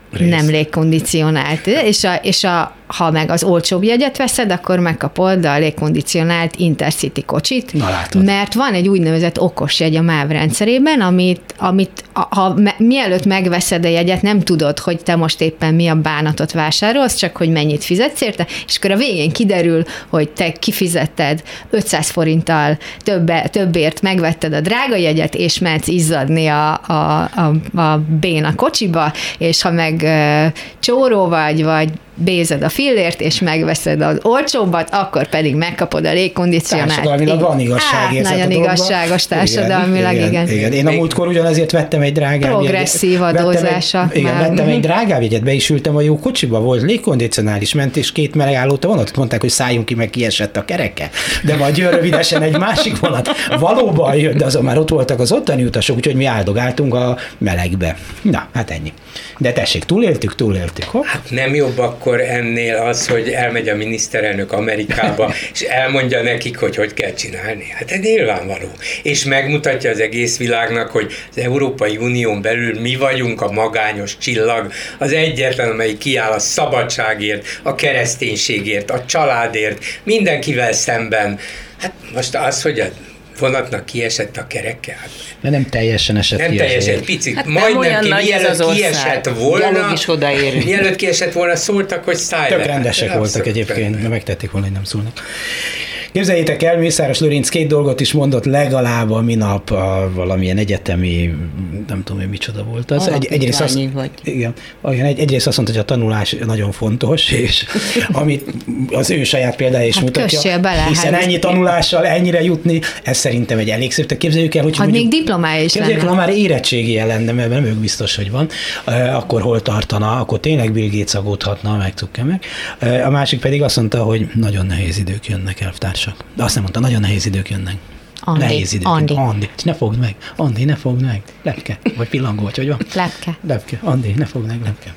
rész. Nem légkondicionált, és, a, és a, ha meg az olcsóbb jegyet veszed, akkor megkapod a légkondicionált Intercity kocsit, mert van egy úgynevezett okos jegy a MÁV rendszerében, amit, amit ha me, mielőtt megveszed a jegyet, nem tudod, hogy te most éppen mi a bánatot vásárolsz, csak hogy mennyit fizetsz érte, és akkor a végén kiderül, hogy te kifizetted ötszáz forinttal többe, többért megvetted a drága jegyet, és mehetsz izzadni a, a, a, a béna kocsiba, és ha meg uh, csóró vagy, vagy bézed a fillért, és megveszed az olcsóbbat, akkor pedig megkapod a légkondicionált. Társadalmilag van igazságérzet. Hát, nagyon igazságos társadalmilag, igen. igen, igen. Én a múltkor ugyanezért vettem egy drágább progresszív jegyet. adózása. Vettem egy, igen, vettem egy drágább jegyet, be is ültem a jó kocsiba, volt légkondicionális, ment, és két melegállóta vonat, mondták, hogy szálljunk ki, meg kiesett a kereke. De majd jön rövidesen egy másik vonat. Valóban jön, de azon már ott voltak az ottani utasok, úgyhogy mi áldogáltunk a melegbe. Na, hát ennyi. De tessék, túléltük, túléltük. Hopp. Hát nem jobb akkor ennél az, hogy elmegy a miniszterelnök Amerikába, és elmondja nekik, hogy hogy kell csinálni. Hát ez nyilvánvaló. És megmutatja az egész világnak, hogy az Európai Unión belül mi vagyunk a magányos csillag, az egyetlen, amelyik kiáll a szabadságért, a kereszténységért, a családért, mindenkivel szemben. Hát most az, hogy a vonatnak kiesett a kereke. De nem teljesen esett nem ki. Nem teljesen, egy picit. Hát majdnem ki, mielőtt kiesett volna, is odaérünk. Mielőtt kiesett volna, szóltak, hogy szállj Tök rendesek hát, voltak egyébként, de megtették volna, hogy nem szólnak. Képzeljétek el, Mészáros Lőrinc két dolgot is mondott legalább a minap a valamilyen egyetemi, nem tudom, hogy micsoda volt az. Egy, egyrészt, azt, vagy. Igen, egy, egyrészt azt mondta, hogy a tanulás nagyon fontos, és amit az ő saját példája is hát mutatja, bele, hiszen hát ennyi tanulással ennyire jutni, ez szerintem egy elég szép. Tehát képzeljük el, hogy... Hát még diplomája is lenne. Ha már érettségi lenne, mert nem ők biztos, hogy van, akkor hol tartana, akkor tényleg Bill Gates aggódhatna, meg Zuckerberg. A másik pedig azt mondta, hogy nagyon nehéz idők jönnek, elvtársak. De azt nem mondta, nagyon nehéz idők jönnek. Andi, nehéz idők Andi. jönnek. Andi. Ne fogd meg. Andi, ne fogd meg. Lepke. Vagy pillangó, vagy hogy van? Lepke. Lepke. Andi, ne fogd meg. Lepke.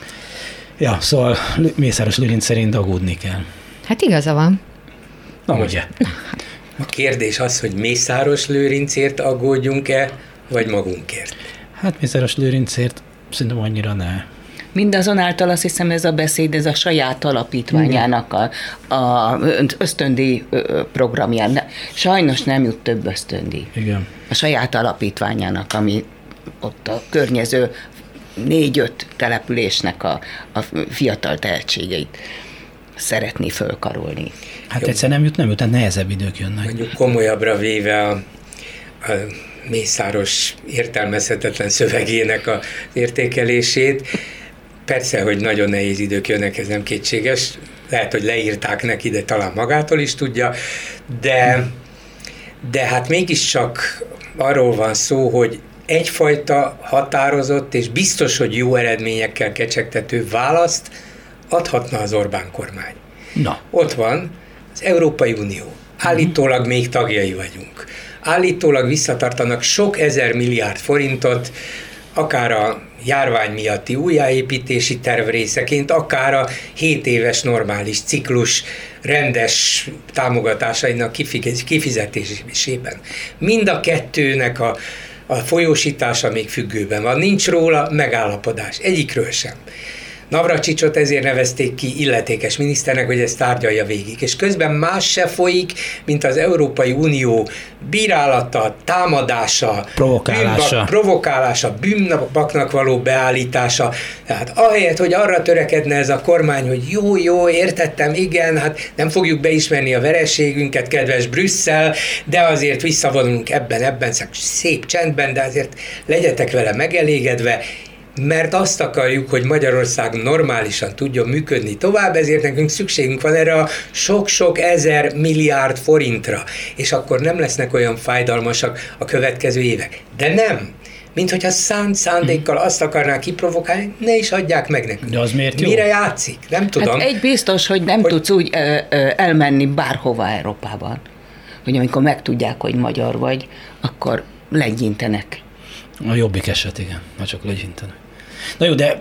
Ja, szóval Mészáros Lőrinc szerint aggódni kell. Hát igaza van. Na, ugye. A kérdés az, hogy Mészáros Lőrincért aggódjunk-e, vagy magunkért? Hát Mészáros Lőrincért szerintem annyira ne. Mindazonáltal azt hiszem, ez a beszéd, ez a saját alapítványának a, a ösztöndíj programján. Sajnos nem jut több ösztöndíj. Igen. A saját alapítványának, ami ott a környező négy-öt településnek a, a fiatal tehetségeit szeretné fölkarolni. Hát Jó. egyszer nem jut, nem jut, tehát nehezebb idők jönnek. Mondjuk komolyabbra véve a, a Mészáros értelmezhetetlen szövegének az értékelését. Persze, hogy nagyon nehéz idők jönnek, ez nem kétséges. Lehet, hogy leírták neki, de talán magától is tudja. De, de hát mégiscsak arról van szó, hogy egyfajta határozott és biztos, hogy jó eredményekkel kecsegtető választ adhatna az Orbán kormány. Na. Ott van az Európai Unió. Állítólag még tagjai vagyunk. Állítólag visszatartanak sok ezer milliárd forintot, akár a járvány miatti újjáépítési terv részeként, akár a hét éves normális ciklus rendes támogatásainak kifizetésében. Mind a kettőnek a, a folyósítása még függőben van. Nincs róla megállapodás. Egyikről sem. Navracsicsot ezért nevezték ki illetékes miniszternek, hogy ezt tárgyalja végig. És közben más se folyik, mint az Európai Unió bírálata, támadása, provokálása, bűnbak, provokálása, bűnbaknak való beállítása. Tehát ahelyett, hogy arra törekedne ez a kormány, hogy jó, jó, értettem, igen, hát nem fogjuk beismerni a vereségünket, kedves Brüsszel, de azért visszavonulunk ebben, ebben, szép csendben, de azért legyetek vele megelégedve, mert azt akarjuk, hogy Magyarország normálisan tudjon működni tovább, ezért nekünk szükségünk van erre a sok-sok ezer milliárd forintra, és akkor nem lesznek olyan fájdalmasak a következő évek. De nem! Mint hogyha szánt szándékkal azt akarnák kiprovokálni, ne is adják meg nekünk. De az miért jó? Mire játszik? Nem tudom. Hát egy biztos, hogy nem hogy... tudsz úgy ö, ö, elmenni bárhova Európában, hogy amikor megtudják, hogy magyar vagy, akkor legyintenek. A Jobbik eset, igen. Ha csak legyintenek. Na jó, de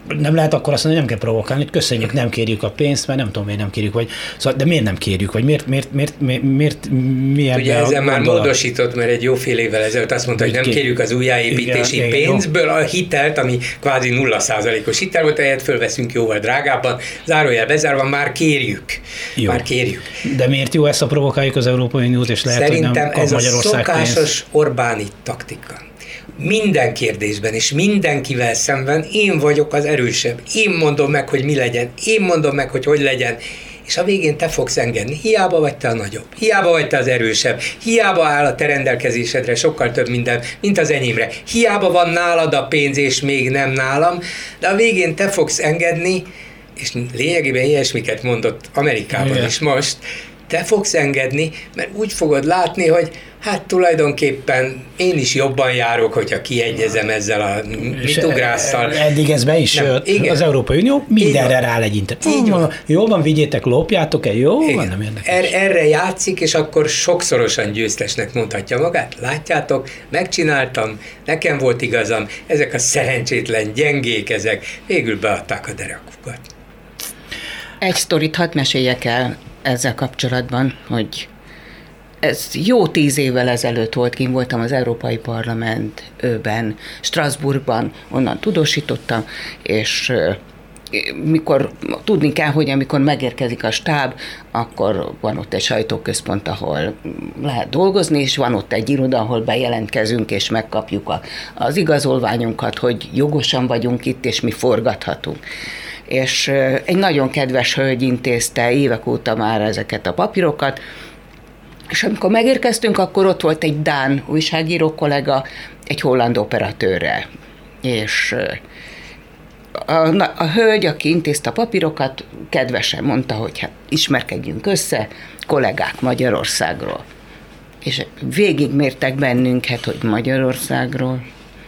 nem lehet akkor azt mondani, hogy nem kell provokálni, hogy köszönjük, nem kérjük a pénzt, mert nem tudom, miért nem kérjük, vagy, szóval, de miért nem kérjük, vagy miért, miért, miért, miért, miért mi ebben ugye ezzel már módosított, mert egy jó fél évvel ezelőtt azt mondta, hogy nem kérjük az újjáépítési igen, pénzből a hitelt, ami kvázi nulla százalékos hitel volt, ehhez fölveszünk jóval drágábban, zárójel bezárva, már kérjük. Jó. Már kérjük. De miért jó ezt a provokáljuk az Európai Uniót, és lehet, Szerintem hogy nem kap ez Magyarország a szokásos pénzt? Orbáni taktika. Minden kérdésben és mindenkivel szemben én vagyok az erősebb. Én mondom meg, hogy mi legyen. Én mondom meg, hogy hogy legyen. És a végén te fogsz engedni. Hiába vagy te a nagyobb. Hiába vagy te az erősebb. Hiába áll a te rendelkezésedre sokkal több minden, mint az enyémre. Hiába van nálad a pénz, és még nem nálam, de a végén te fogsz engedni, és lényegében ilyesmiket mondott Amerikában igen. is most, te fogsz engedni, mert úgy fogod látni, hogy hát tulajdonképpen én is jobban járok, hogyha kiegyezem ezzel a mitugrásszal. Eddig ez be is nem, jött. Igen. Az Európai Unió mindenre rálegyintett. Így van. Jó van, vigyétek, lopjátok-e? Jó igen. van, nem érdekes. Er, erre játszik, és akkor sokszorosan győztesnek mondhatja magát. Látjátok, megcsináltam, nekem volt igazam, ezek a szerencsétlen gyengék, ezek végül beadták a derekukat. Egy sztorit hadd meséljek el ezzel kapcsolatban, hogy ez jó tíz évvel ezelőtt volt, kint voltam az Európai Parlamentben, Strasbourgban, onnan tudósítottam, és mikor, tudni kell, hogy amikor megérkezik a stáb, akkor van ott egy sajtóközpont, ahol lehet dolgozni, és van ott egy iroda, ahol bejelentkezünk, és megkapjuk a, az igazolványunkat, hogy jogosan vagyunk itt, és mi forgathatunk. És egy nagyon kedves hölgy intézte évek óta már ezeket a papírokat, és amikor megérkeztünk, akkor ott volt egy dán újságíró kollega, egy holland operatőrrel. És a, a hölgy, aki intézte a papírokat, kedvesen mondta, hogy hát ismerkedjünk össze, kollégák Magyarországról. És végigmértek bennünket, hogy Magyarországról.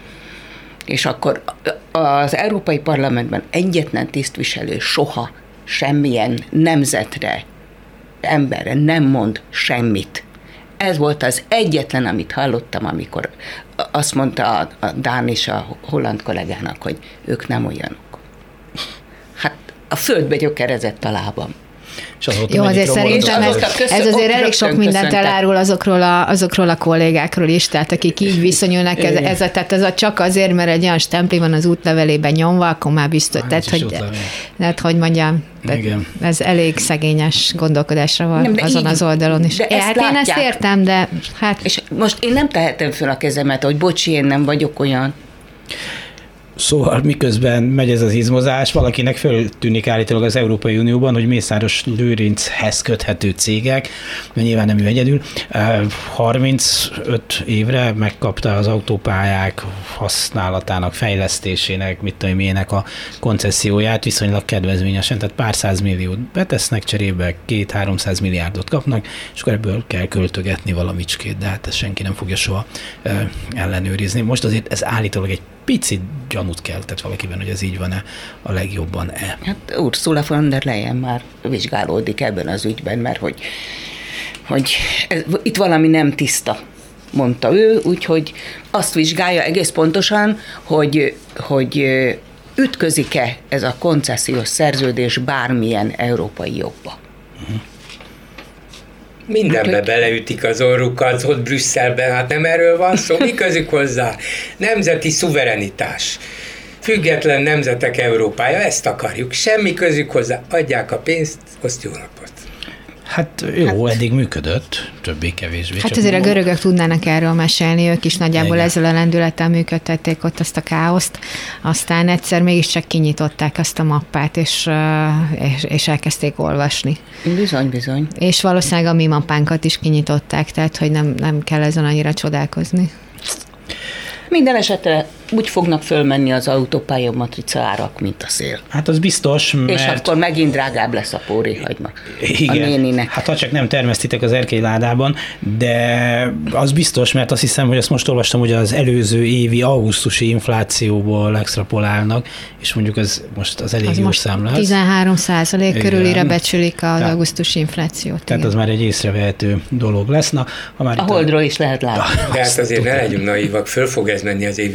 És akkor az Európai Parlamentben egyetlen tisztviselő soha semmilyen nemzetre, emberre nem mond semmit. Ez volt az egyetlen, amit hallottam, amikor azt mondta a, a dán és a holland kollégának, hogy ők nem olyanok. Hát a földbe gyökerezett a lábam. Jó, azért szerintem ez, ez azért elég sok mindent elárul azokról a, azokról a kollégákról is, tehát akik így viszonyulnak, ez, ez, a, tehát ez a csak azért, mert egy olyan stempli van az útlevelében nyomva, akkor már biztos, hát, tehát, hogy, tehát, hogy mondjam, ez elég szegényes gondolkodásra van nem, azon így, az oldalon is. É, hát én ezt értem, de hát... És most én nem tehetem föl a kezemet, hogy bocsi, én nem vagyok olyan. Szóval miközben megy ez az izmozás, valakinek föltűnik állítólag az Európai Unióban, hogy Mészáros Lőrinchez köthető cégek, mert nyilván nem ő egyedül, harmincöt évre megkapta az autópályák használatának, fejlesztésének, mit tudom milyenek a koncesszióját viszonylag kedvezményesen, tehát pár százmilliót betesznek cserébe, két-háromszáz milliárdot kapnak, és akkor ebből kell költögetni valamicskét, de hát ezt senki nem fogja soha ellenőrizni. Most azért ez állítólag egy picit gyanút keltett valakiben, hogy ez így van-e a legjobban-e. Hát Ursula von der Leyen már vizsgálódik ebben az ügyben, mert hogy, hogy ez, itt valami nem tiszta, mondta ő, úgyhogy azt vizsgálja egész pontosan, hogy, hogy ütközik-e ez a koncesziós szerződés bármilyen európai jogba. Uh-huh. Mindenbe beleütik az orrukat, ott Brüsszelben, hát nem erről van szó, mi közük hozzá? Nemzeti szuverenitás, független nemzetek Európája, ezt akarjuk, semmi közük hozzá, adják a pénzt, azt jó napot. Hát jó, hát, eddig működött, többé-kevésbé. Hát azért a görögök tudnának erről mesélni, ők is nagyjából igen. ezzel a lendülettel működtették ott azt a káoszt, aztán egyszer mégiscsak kinyitották azt a mappát, és, és, és elkezdték olvasni. Bizony, bizony. És valószínűleg a mi mappánkat is kinyitották, tehát hogy nem, nem kell ezen annyira csodálkozni. Minden esetre úgy fognak fölmenni az autópálya matrica árak, mint a szél. Hát az biztos, mert... És akkor megint drágább lesz a pórihagyma a néninek. Hát ha csak nem termesztitek az erkélyládában, de az biztos, mert azt hiszem, hogy azt most olvastam, hogy az előző évi augusztusi inflációból extrapolálnak, és mondjuk ez most az elég az jó szám lesz. tizenhárom százalék körülire becsülik az tehát, augusztusi inflációt. Tehát igen. az már egy észrevehető dolog lesz. Na, ha már a holdról a... is lehet látni. De hát azért ne legyünk naívak, föl fog ez menni az év végére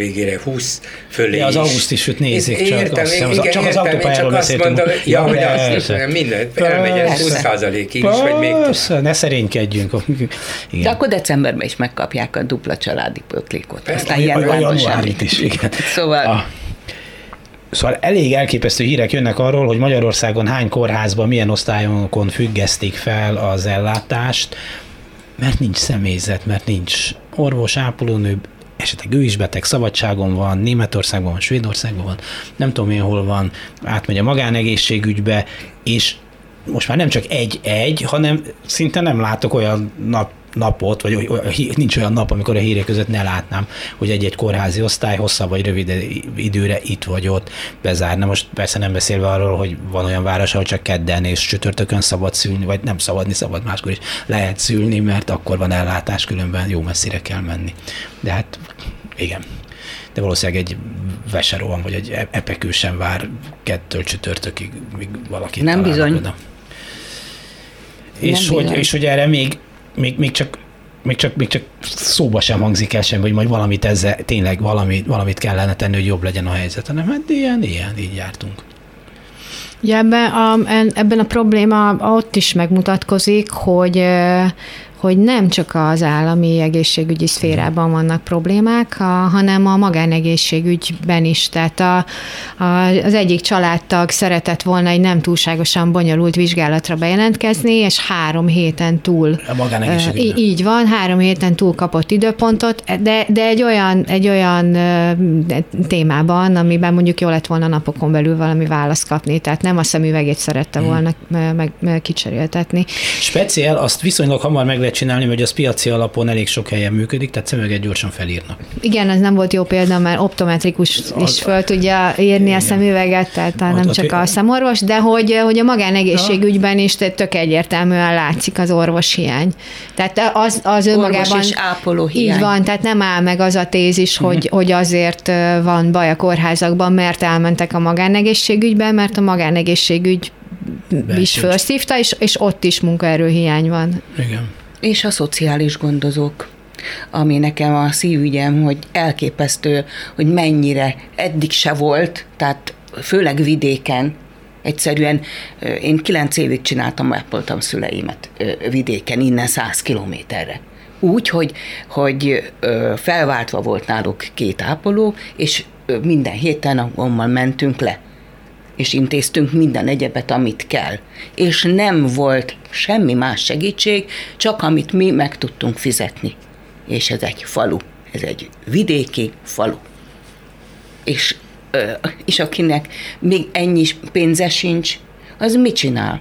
kétezer-húsz fölé ja, az augusztusot nézik é, csak. Értem, azt igen, az, csak értem, az autópályáról beszéltünk. Mondom, ja, hogy az minden, elmegy ez húsz százalékig is, vagy még több. Ne szerénykedjünk. Igen. De akkor decemberben is megkapják a dupla családi pöklékot. Aztán januárit is, igen. Szóval... A, Szóval elég elképesztő hírek jönnek arról, hogy Magyarországon hány kórházban, milyen osztályokon függesztik fel az ellátást, mert nincs személyzet, mert nincs orvos, ápolónő, esetleg ő is beteg, szabadságon van, Németországban van, Svédországban van, nem tudom én hol van, átmegy a magánegészségügybe, és most már nem csak egy-egy, hanem szinte nem látok olyan nap, napot, vagy nincs olyan nap, amikor a hírek között ne látnám, hogy egy-egy kórházi osztály hosszabb vagy rövid időre itt vagy ott bezárna. Most persze nem beszélve arról, hogy van olyan város, ahol csak kedden és csütörtökön szabad szülni, vagy nem szabadni, szabad máskor is lehet szülni, mert akkor van ellátás, különben jó messzire kell menni. De hát igen. De valószínűleg egy Veserovan, vagy egy Epekő sem vár kettől csütörtökig, míg valakit nem bizony. Oda. És, hogy, és hogy erre még Még, még, csak, még, csak, még csak szóba sem hangzik el sem, hogy majd valamit ezzel, tényleg valami, valamit kellene tenni, hogy jobb legyen a helyzet, hanem hát ilyen, ilyen, így jártunk. Ugye ebben a, ebben a probléma ott is megmutatkozik, hogy hogy nem csak az állami egészségügyi szférában vannak problémák, a, hanem a magánegészségügyben is. Tehát a, a, az egyik családtag szeretett volna egy nem túlságosan bonyolult vizsgálatra bejelentkezni, és három héten túl. A magánegészségügyben. Így van, három héten túl kapott időpontot, de, de egy olyan, egy olyan témában, amiben mondjuk jó lett volna napokon belül valami választ kapni, tehát nem a szemüvegét szerette volna hmm. meg, meg kicseréltetni. Speciál, azt viszonylag hamar meg lehet csinálni, hogy az piaci alapon elég sok helyen működik, tehát szemüveget gyorsan felírnak. Igen, ez nem volt jó példa, mert optometrikus is föl tudja írni igen. a szemüveget, tehát ott, nem csak a szemorvos, de hogy, hogy a magánegészségügyben is tök egyértelműen látszik az orvoshiány. Tehát az, az önmagában... Orvos és ápoló hiány. Így van, tehát nem áll meg az a tézis, hogy, uh-huh. hogy azért van baj a kórházakban, mert elmentek a magánegészségügyben, mert a magánegészségügy Be, is felszívta, és, és ott is munkaerőhiány van. Igen. És a szociális gondozók, ami nekem a szívügyem, hogy elképesztő, hogy mennyire eddig se volt, tehát főleg vidéken, egyszerűen én kilenc évig csináltam, ápoltam szüleimet vidéken, innen száz kilométerre. Úgy, hogy, hogy felváltva volt náluk két ápoló, és minden héten abban mentünk le, és intéztünk minden egyebet, amit kell. És nem volt semmi más segítség, csak amit mi meg tudtunk fizetni. És ez egy falu, ez egy vidéki falu. És, és akinek még ennyi pénze sincs, az mit csinál?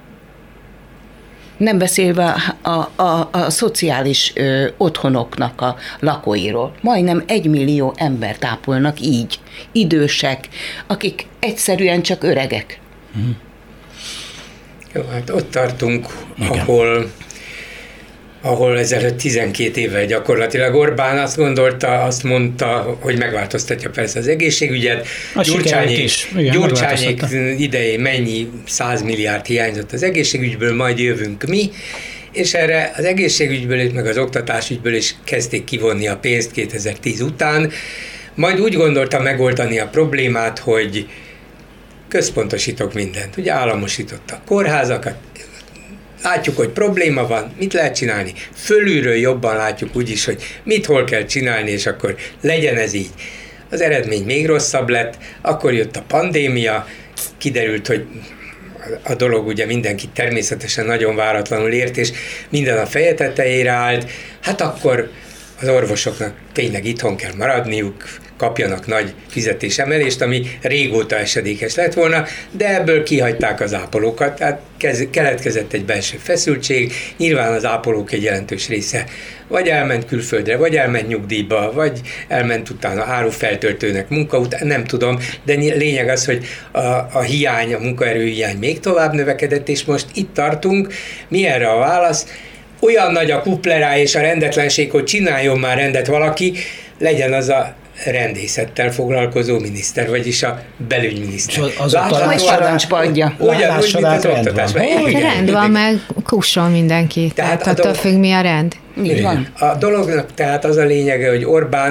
Nem beszélve a, a, a, a szociális ö, otthonoknak a lakóiról. Majdnem egy millió embert ápolnak így. Idősek, akik egyszerűen csak öregek. Mm. Jó, hát ott tartunk, ahol, ahol ezelőtt tizenkét évvel gyakorlatilag Orbán azt gondolta, azt mondta, hogy megváltoztatja persze az egészségügyet. Gyurcsányék, Gyurcsányék idején mennyi száz milliárd hiányzott az egészségügyből, majd jövünk mi, és erre az egészségügyből, meg az oktatásügyből is kezdték kivonni a pénzt kétezer-tíz után. Majd úgy gondolta megoldani a problémát, hogy központosítok mindent. Ugye államosította a kórházakat, látjuk, hogy probléma van, mit lehet csinálni? Fölülről jobban látjuk úgyis, hogy mit hol kell csinálni, és akkor legyen ez így. Az eredmény még rosszabb lett, akkor jött a pandémia, kiderült, hogy a dolog ugye mindenki természetesen nagyon váratlanul ért, és minden a feje tetejére állt, hát akkor az orvosoknak tényleg itthon kell maradniuk, kapjanak nagy fizetésemelést, ami régóta esedékes lett volna, de ebből kihagyták az ápolókat, tehát keletkezett egy belső feszültség, nyilván az ápolók egy jelentős része vagy elment külföldre, vagy elment nyugdíjba, vagy elment utána árufeltöltőnek munka után, nem tudom, de lényeg az, hogy a, a hiány, a munkaerő hiány még tovább növekedett, és most itt tartunk. Mi erre a válasz? Olyan nagy a kuplerá és a rendetlenség, hogy csináljon már rendet valaki, legyen az a rendészettel foglalkozó miniszter, vagyis a belügyminiszter. Láthatóan parancsba adja. Ugyanúgy, mint az oktatásban. Rend van, meg kussol mindenki. Tehát, tehát attól függ, mi a rend. Így van. A dolognak tehát az a lényege, hogy Orbán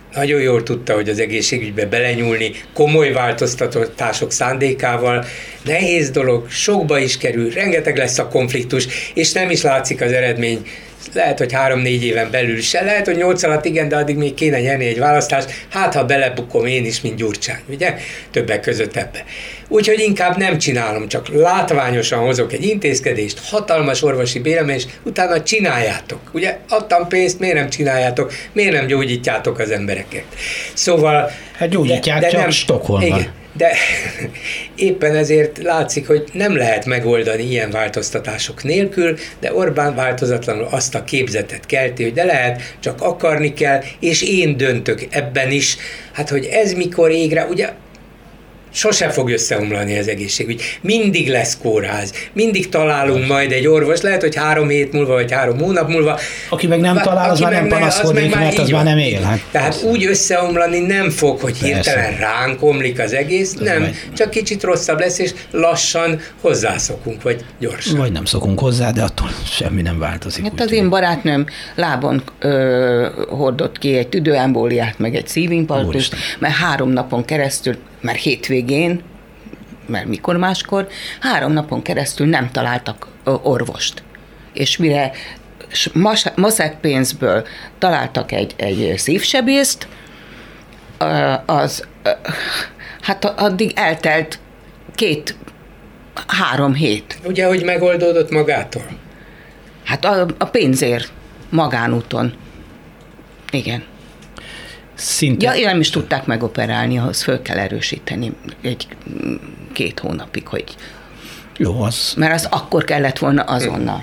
nagyon jól tudta, hogy az egészségügybe belenyúlni komoly változtatások szándékával. Nehéz dolog, sokba is kerül, rengeteg lesz a konfliktus, és nem is látszik az eredmény. Lehet, hogy három-négy éven belül se, lehet, hogy nyolc alatt igen, de addig még kéne nyerni egy választást, hát ha belebukom én is, mint Gyurcsány, ugye? Többek között ebbe. Úgyhogy inkább nem csinálom, csak látványosan hozok egy intézkedést, hatalmas orvosi béremelés, utána csináljátok. Ugye adtam pénzt, miért nem csináljátok, miért nem gyógyítjátok az embereket. Szóval... Hát gyógyítják, de, de csak nem, Stockholmban. Igen, de éppen ezért látszik, hogy nem lehet megoldani ilyen változtatások nélkül, de Orbán változatlanul azt a képzetet kelti, hogy de lehet, csak akarni kell, és én döntök ebben is. Hát, hogy ez mikor égre, ugye sose fog összeomlani az egészségügy. Mindig lesz kórház, mindig találunk majd egy orvos, lehet, hogy három hét múlva, vagy három hónap múlva. Aki meg nem talál, az már nem panaszkodik, mert az már nem él. Hát Tehát az... úgy összeomlani nem fog, hogy hirtelen ránk omlik az egész, az nem, majd... csak kicsit rosszabb lesz, és lassan hozzászokunk, vagy gyorsan. Vagy nem szokunk hozzá, de attól semmi nem változik. Hát az én barátnőm lábon ö, hordott ki egy tüdőembóliát, meg egy szívinfarktust, mert három napon keresztül, mert hétvégén, mert mikor máskor, három napon keresztül nem találtak orvost. És mire maszek pénzből találtak egy, egy szívsebészt, az, hát addig eltelt két, három hét. Ugye, hogy megoldódott magától? Hát a, a pénzért, magánúton. Igen. Szinte... Ja, nem is tudták megoperálni, ahhoz föl kell erősíteni egy-két hónapig, hogy... Jó, az... Mert az akkor kellett volna azonnal.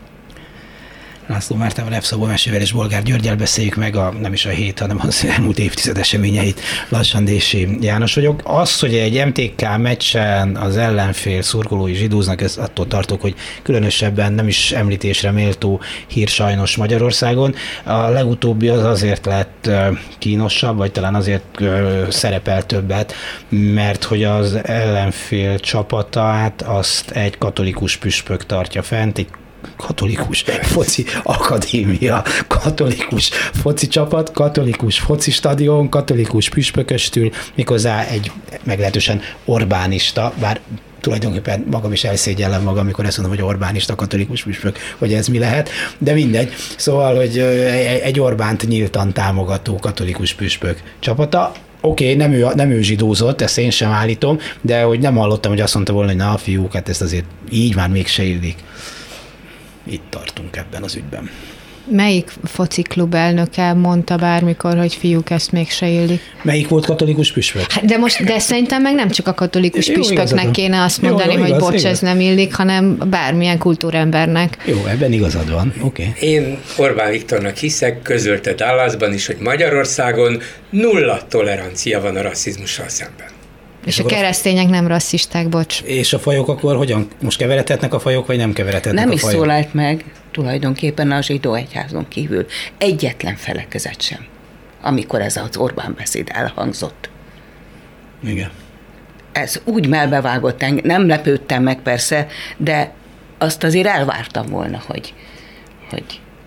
László Mártával, F. Szabó Mesével és Bolgár Györgyel beszéljük meg a, nem is a hét, hanem az elmúlt évtized eseményeit. Lassan Dési János vagyok. Az, hogy egy em té ká meccsen az ellenfél szurkolói zsidóznak, ez attól tartok, hogy különösebben nem is említésre méltó hír sajnos Magyarországon. A legutóbbi az azért lett kínosabb, vagy talán azért szerepel többet, mert hogy az ellenfél csapatát azt egy katolikus püspök tartja fent, egy katolikus foci akadémia, katolikus foci csapat, katolikus foci stadion, katolikus püspököstül, méghozzá egy meglehetősen Orbánista, bár tulajdonképpen magam is elszégyellem magam, amikor ezt mondom, hogy Orbánista katolikus püspök, hogy ez mi lehet, de mindegy. Szóval, hogy egy Orbánt nyíltan támogató katolikus püspök csapata. Oké, okay, nem, ő, nem ő zsidózott, ezt én sem állítom, de hogy nem hallottam, hogy azt mondta volna, hogy na, fiúk, hát ezt azért így már mégse illik. Itt tartunk ebben az ügyben. Melyik fociklub elnöke mondta bármikor, hogy fiúk, ezt mégse illik? Melyik volt katolikus püspök? Hát de most, de szerintem meg nem csak a katolikus jó, püspöknek igazadon. Kéne azt mondani, jó, jó, igaz, hogy bocs, igaz. Ez nem illik, hanem bármilyen kultúrembernek. Jó, ebben igazad van. Oké. Okay. Én Orbán Viktornak hiszek, közölte Dallasban is, hogy Magyarországon nulla tolerancia van a rasszizmussal szemben. És, és a keresztények nem rasszisták, bocs. És a fajok akkor hogyan? Most keveredhetnek a fajok, vagy nem keveredhetnek nem a fajok? Nem is szólalt meg tulajdonképpen a zsidó egyházon kívül egyetlen felekezet sem, amikor ez az Orbán beszéd elhangzott. Igen. Ez úgy melbevágott engem, nem lepődtem meg persze, de azt azért elvártam volna, hogy, hogy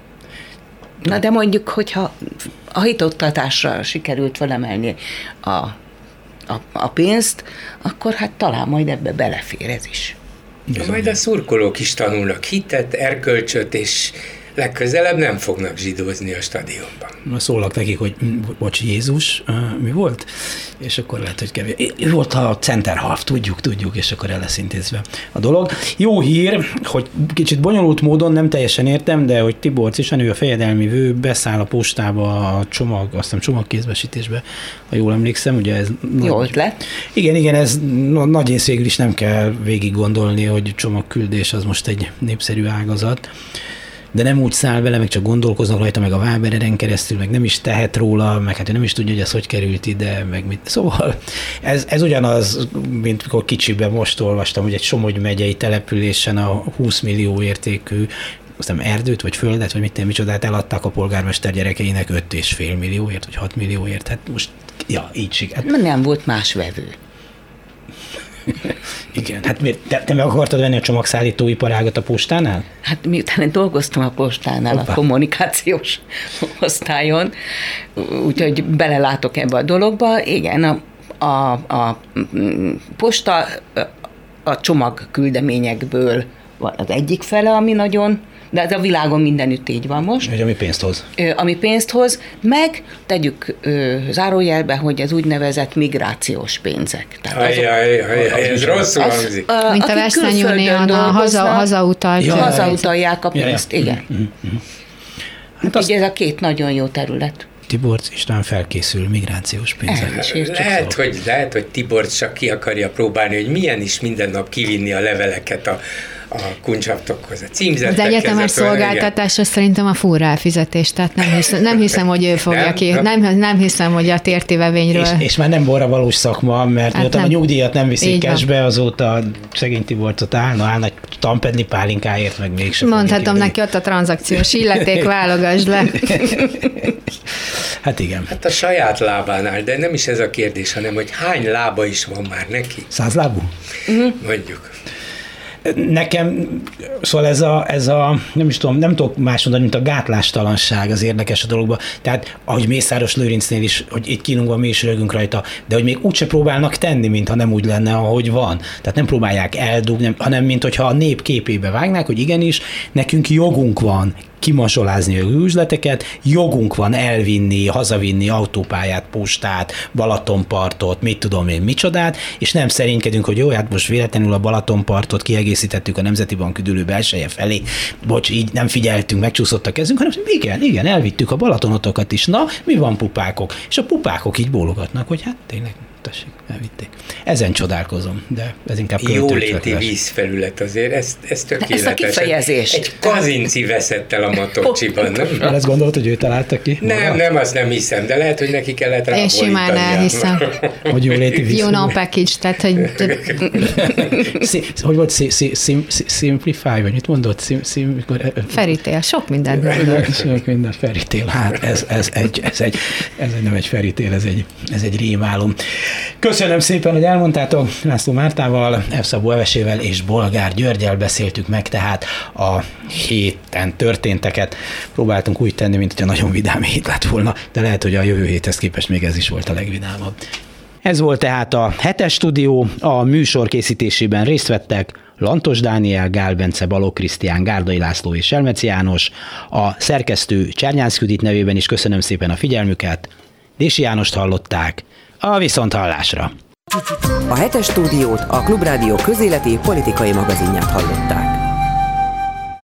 na de mondjuk, hogyha a hitoktatásra sikerült felemelni a A, a pénzt, akkor hát talán majd ebbe belefér ez is. Bizony. Majd a szurkolók is tanulnak hitet, erkölcsöt, és legközelebb nem fognak zsidózni a stadionban. Szólnak nekik, hogy bocs, Jézus, mi volt? És akkor lehet, hogy kevés. Volt a center half, tudjuk, tudjuk, és akkor el lesz intézve a dolog. Jó hír, hogy kicsit bonyolult módon, nem teljesen értem, de hogy Tibor Cisan, ő a fejedelmi vő, beszáll a postába a csomag, azt hiszem csomagkézbesítésbe, ha jól emlékszem, ugye ez... Jó ötlet. Igen, igen, ez nagy rész végül is nem kell végig gondolni, hogy csomagküldés az most egy népszerű ágazat. De nem úgy száll vele, meg csak gondolkoznak rajta, meg a Vábereren keresztül, meg nem is tehet róla, meg hát ő nem is tudja, hogy ez hogy került ide, meg mit. Szóval ez, ez ugyanaz, mint mikor kicsiben most olvastam, hogy egy Somogy megyei településen a húsz millió értékű, aztán erdőt, vagy földet, vagy mit micsodát eladták a polgármester gyerekeinek öt és fél millióért, vagy hat millióért. Hát most, ja, így sikerült. Nem volt más vevő. Igen, hát miért, te, te meg akartad venni a csomagszállítóiparágat a postánál? Hát miután én dolgoztam a postánál, Opa. a kommunikációs osztályon, úgyhogy belelátok ebbe a dologba. Igen, a, a, a posta a csomagküldeményekből van az egyik fele, ami nagyon, de ez a világon mindenütt így van most. Hogy ami pénzt hoz. Ami pénzt hoz, meg tegyük ö, zárójelbe, hogy az úgynevezett migrációs pénzek. Ajjaj, ez rosszul hangzik. Mint a Western Union, a haza, hazautalják. Ja, hazautalják a pénzt, ja, ja. igen. Mm-hmm. Hát azt... ez a két nagyon jó terület. Tiborcs István felkészül migrációs pénzek. Lehet, hogy, lehet, hogy Tiborcs csak ki akarja próbálni, hogy milyen is minden nap kivinni a leveleket a, a kuncsaptokhoz, a címzettekhez. Az egyetemes szolgáltatásra szerintem a full ráfizetés, tehát nem hiszem, nem hiszem, hogy ő fogja nem? ki. Nem, nem hiszem, hogy a tértivevényről. És, és már nem borra valós szakma, mert hát miután a nyugdíjat nem viszik cashbe, azóta szegény Tiborcot állna, állna tampedni pálinkáért, meg mégsem. Mondhatom neki, ott a tranzakciós illeték, válogasd le. Hát igen. Hát a saját lábánál, de nem is ez a kérdés, hanem hogy hány lába is van már neki. Száz lábú? Uh-huh. Mondjuk. Nekem, szóval ez a, ez a, nem is tudom, nem tudok más mondani, mint a gátlástalanság az érdekes a dologban. Tehát, ahogy Mészáros Lőrincnél is, hogy itt kínunk mi is rögünk rajta, de hogy még úgyse próbálnak tenni, mintha nem úgy lenne, ahogy van. Tehát nem próbálják eldugni, hanem mint hogyha a nép képébe vágnák, hogy igenis, nekünk jogunk van kimazsolázni a üzleteket, jogunk van elvinni, hazavinni autópályát, postát, Balatonpartot, mit tudom én, micsodát, és nem szerénykedünk, hogy jó, hát most véletlenül a Balatonpartot kiegészítettük a Nemzeti Bank üdülő belseje felé, bocs, így nem figyeltünk, megcsúszott a kezünk, hanem igen, igen, elvittük a Balatonotokat is, na, mi van pupákok? És a pupákok így bólogatnak, hogy hát tényleg, tessék, elvitték. Ezen csodálkozom, de ez inkább jóléti vízfelület azért, ez, ez tökéletes. Ez a kifejezés. Egy Kazinci veszett el a Matocsiban, nem? Ezt gondolod, hogy ő találta ki? Nem, maga? nem, azt nem hiszem, de lehet, hogy neki kellett rá. Én simán elhiszem. Hogy jóléti vízfelület. You know package, tehát, hogy... Hogy volt simplify, vagy mit mondott? Feritél, sok minden. Sok minden feritél. Hát ez, ez, egy, ez, egy, ez egy, nem egy feritél, ez egy, ez egy rémálom. Köszönöm szépen, hogy elmondtátok. László Mártával, F. Szabó Evesével és Bolgár Györgyel beszéltük meg tehát a héten történteket. Próbáltunk úgy tenni, mint hogyha nagyon vidám hét lett volna, de lehet, hogy a jövő héthez képest még ez is volt a legvidámabb. Ez volt tehát a hetes stúdió, a műsor készítésében részt vettek Lantos Dániel, Gál Bence, Balogh Krisztián, Gárdai László és Selmeci János. A szerkesztő Csárnyánszky Judit nevében is köszönöm szépen a figyelmüket. Dési Jánost hallották. A viszonthallásra! A hetes stúdiót a Klubrádió közéleti politikai magazinját hallották.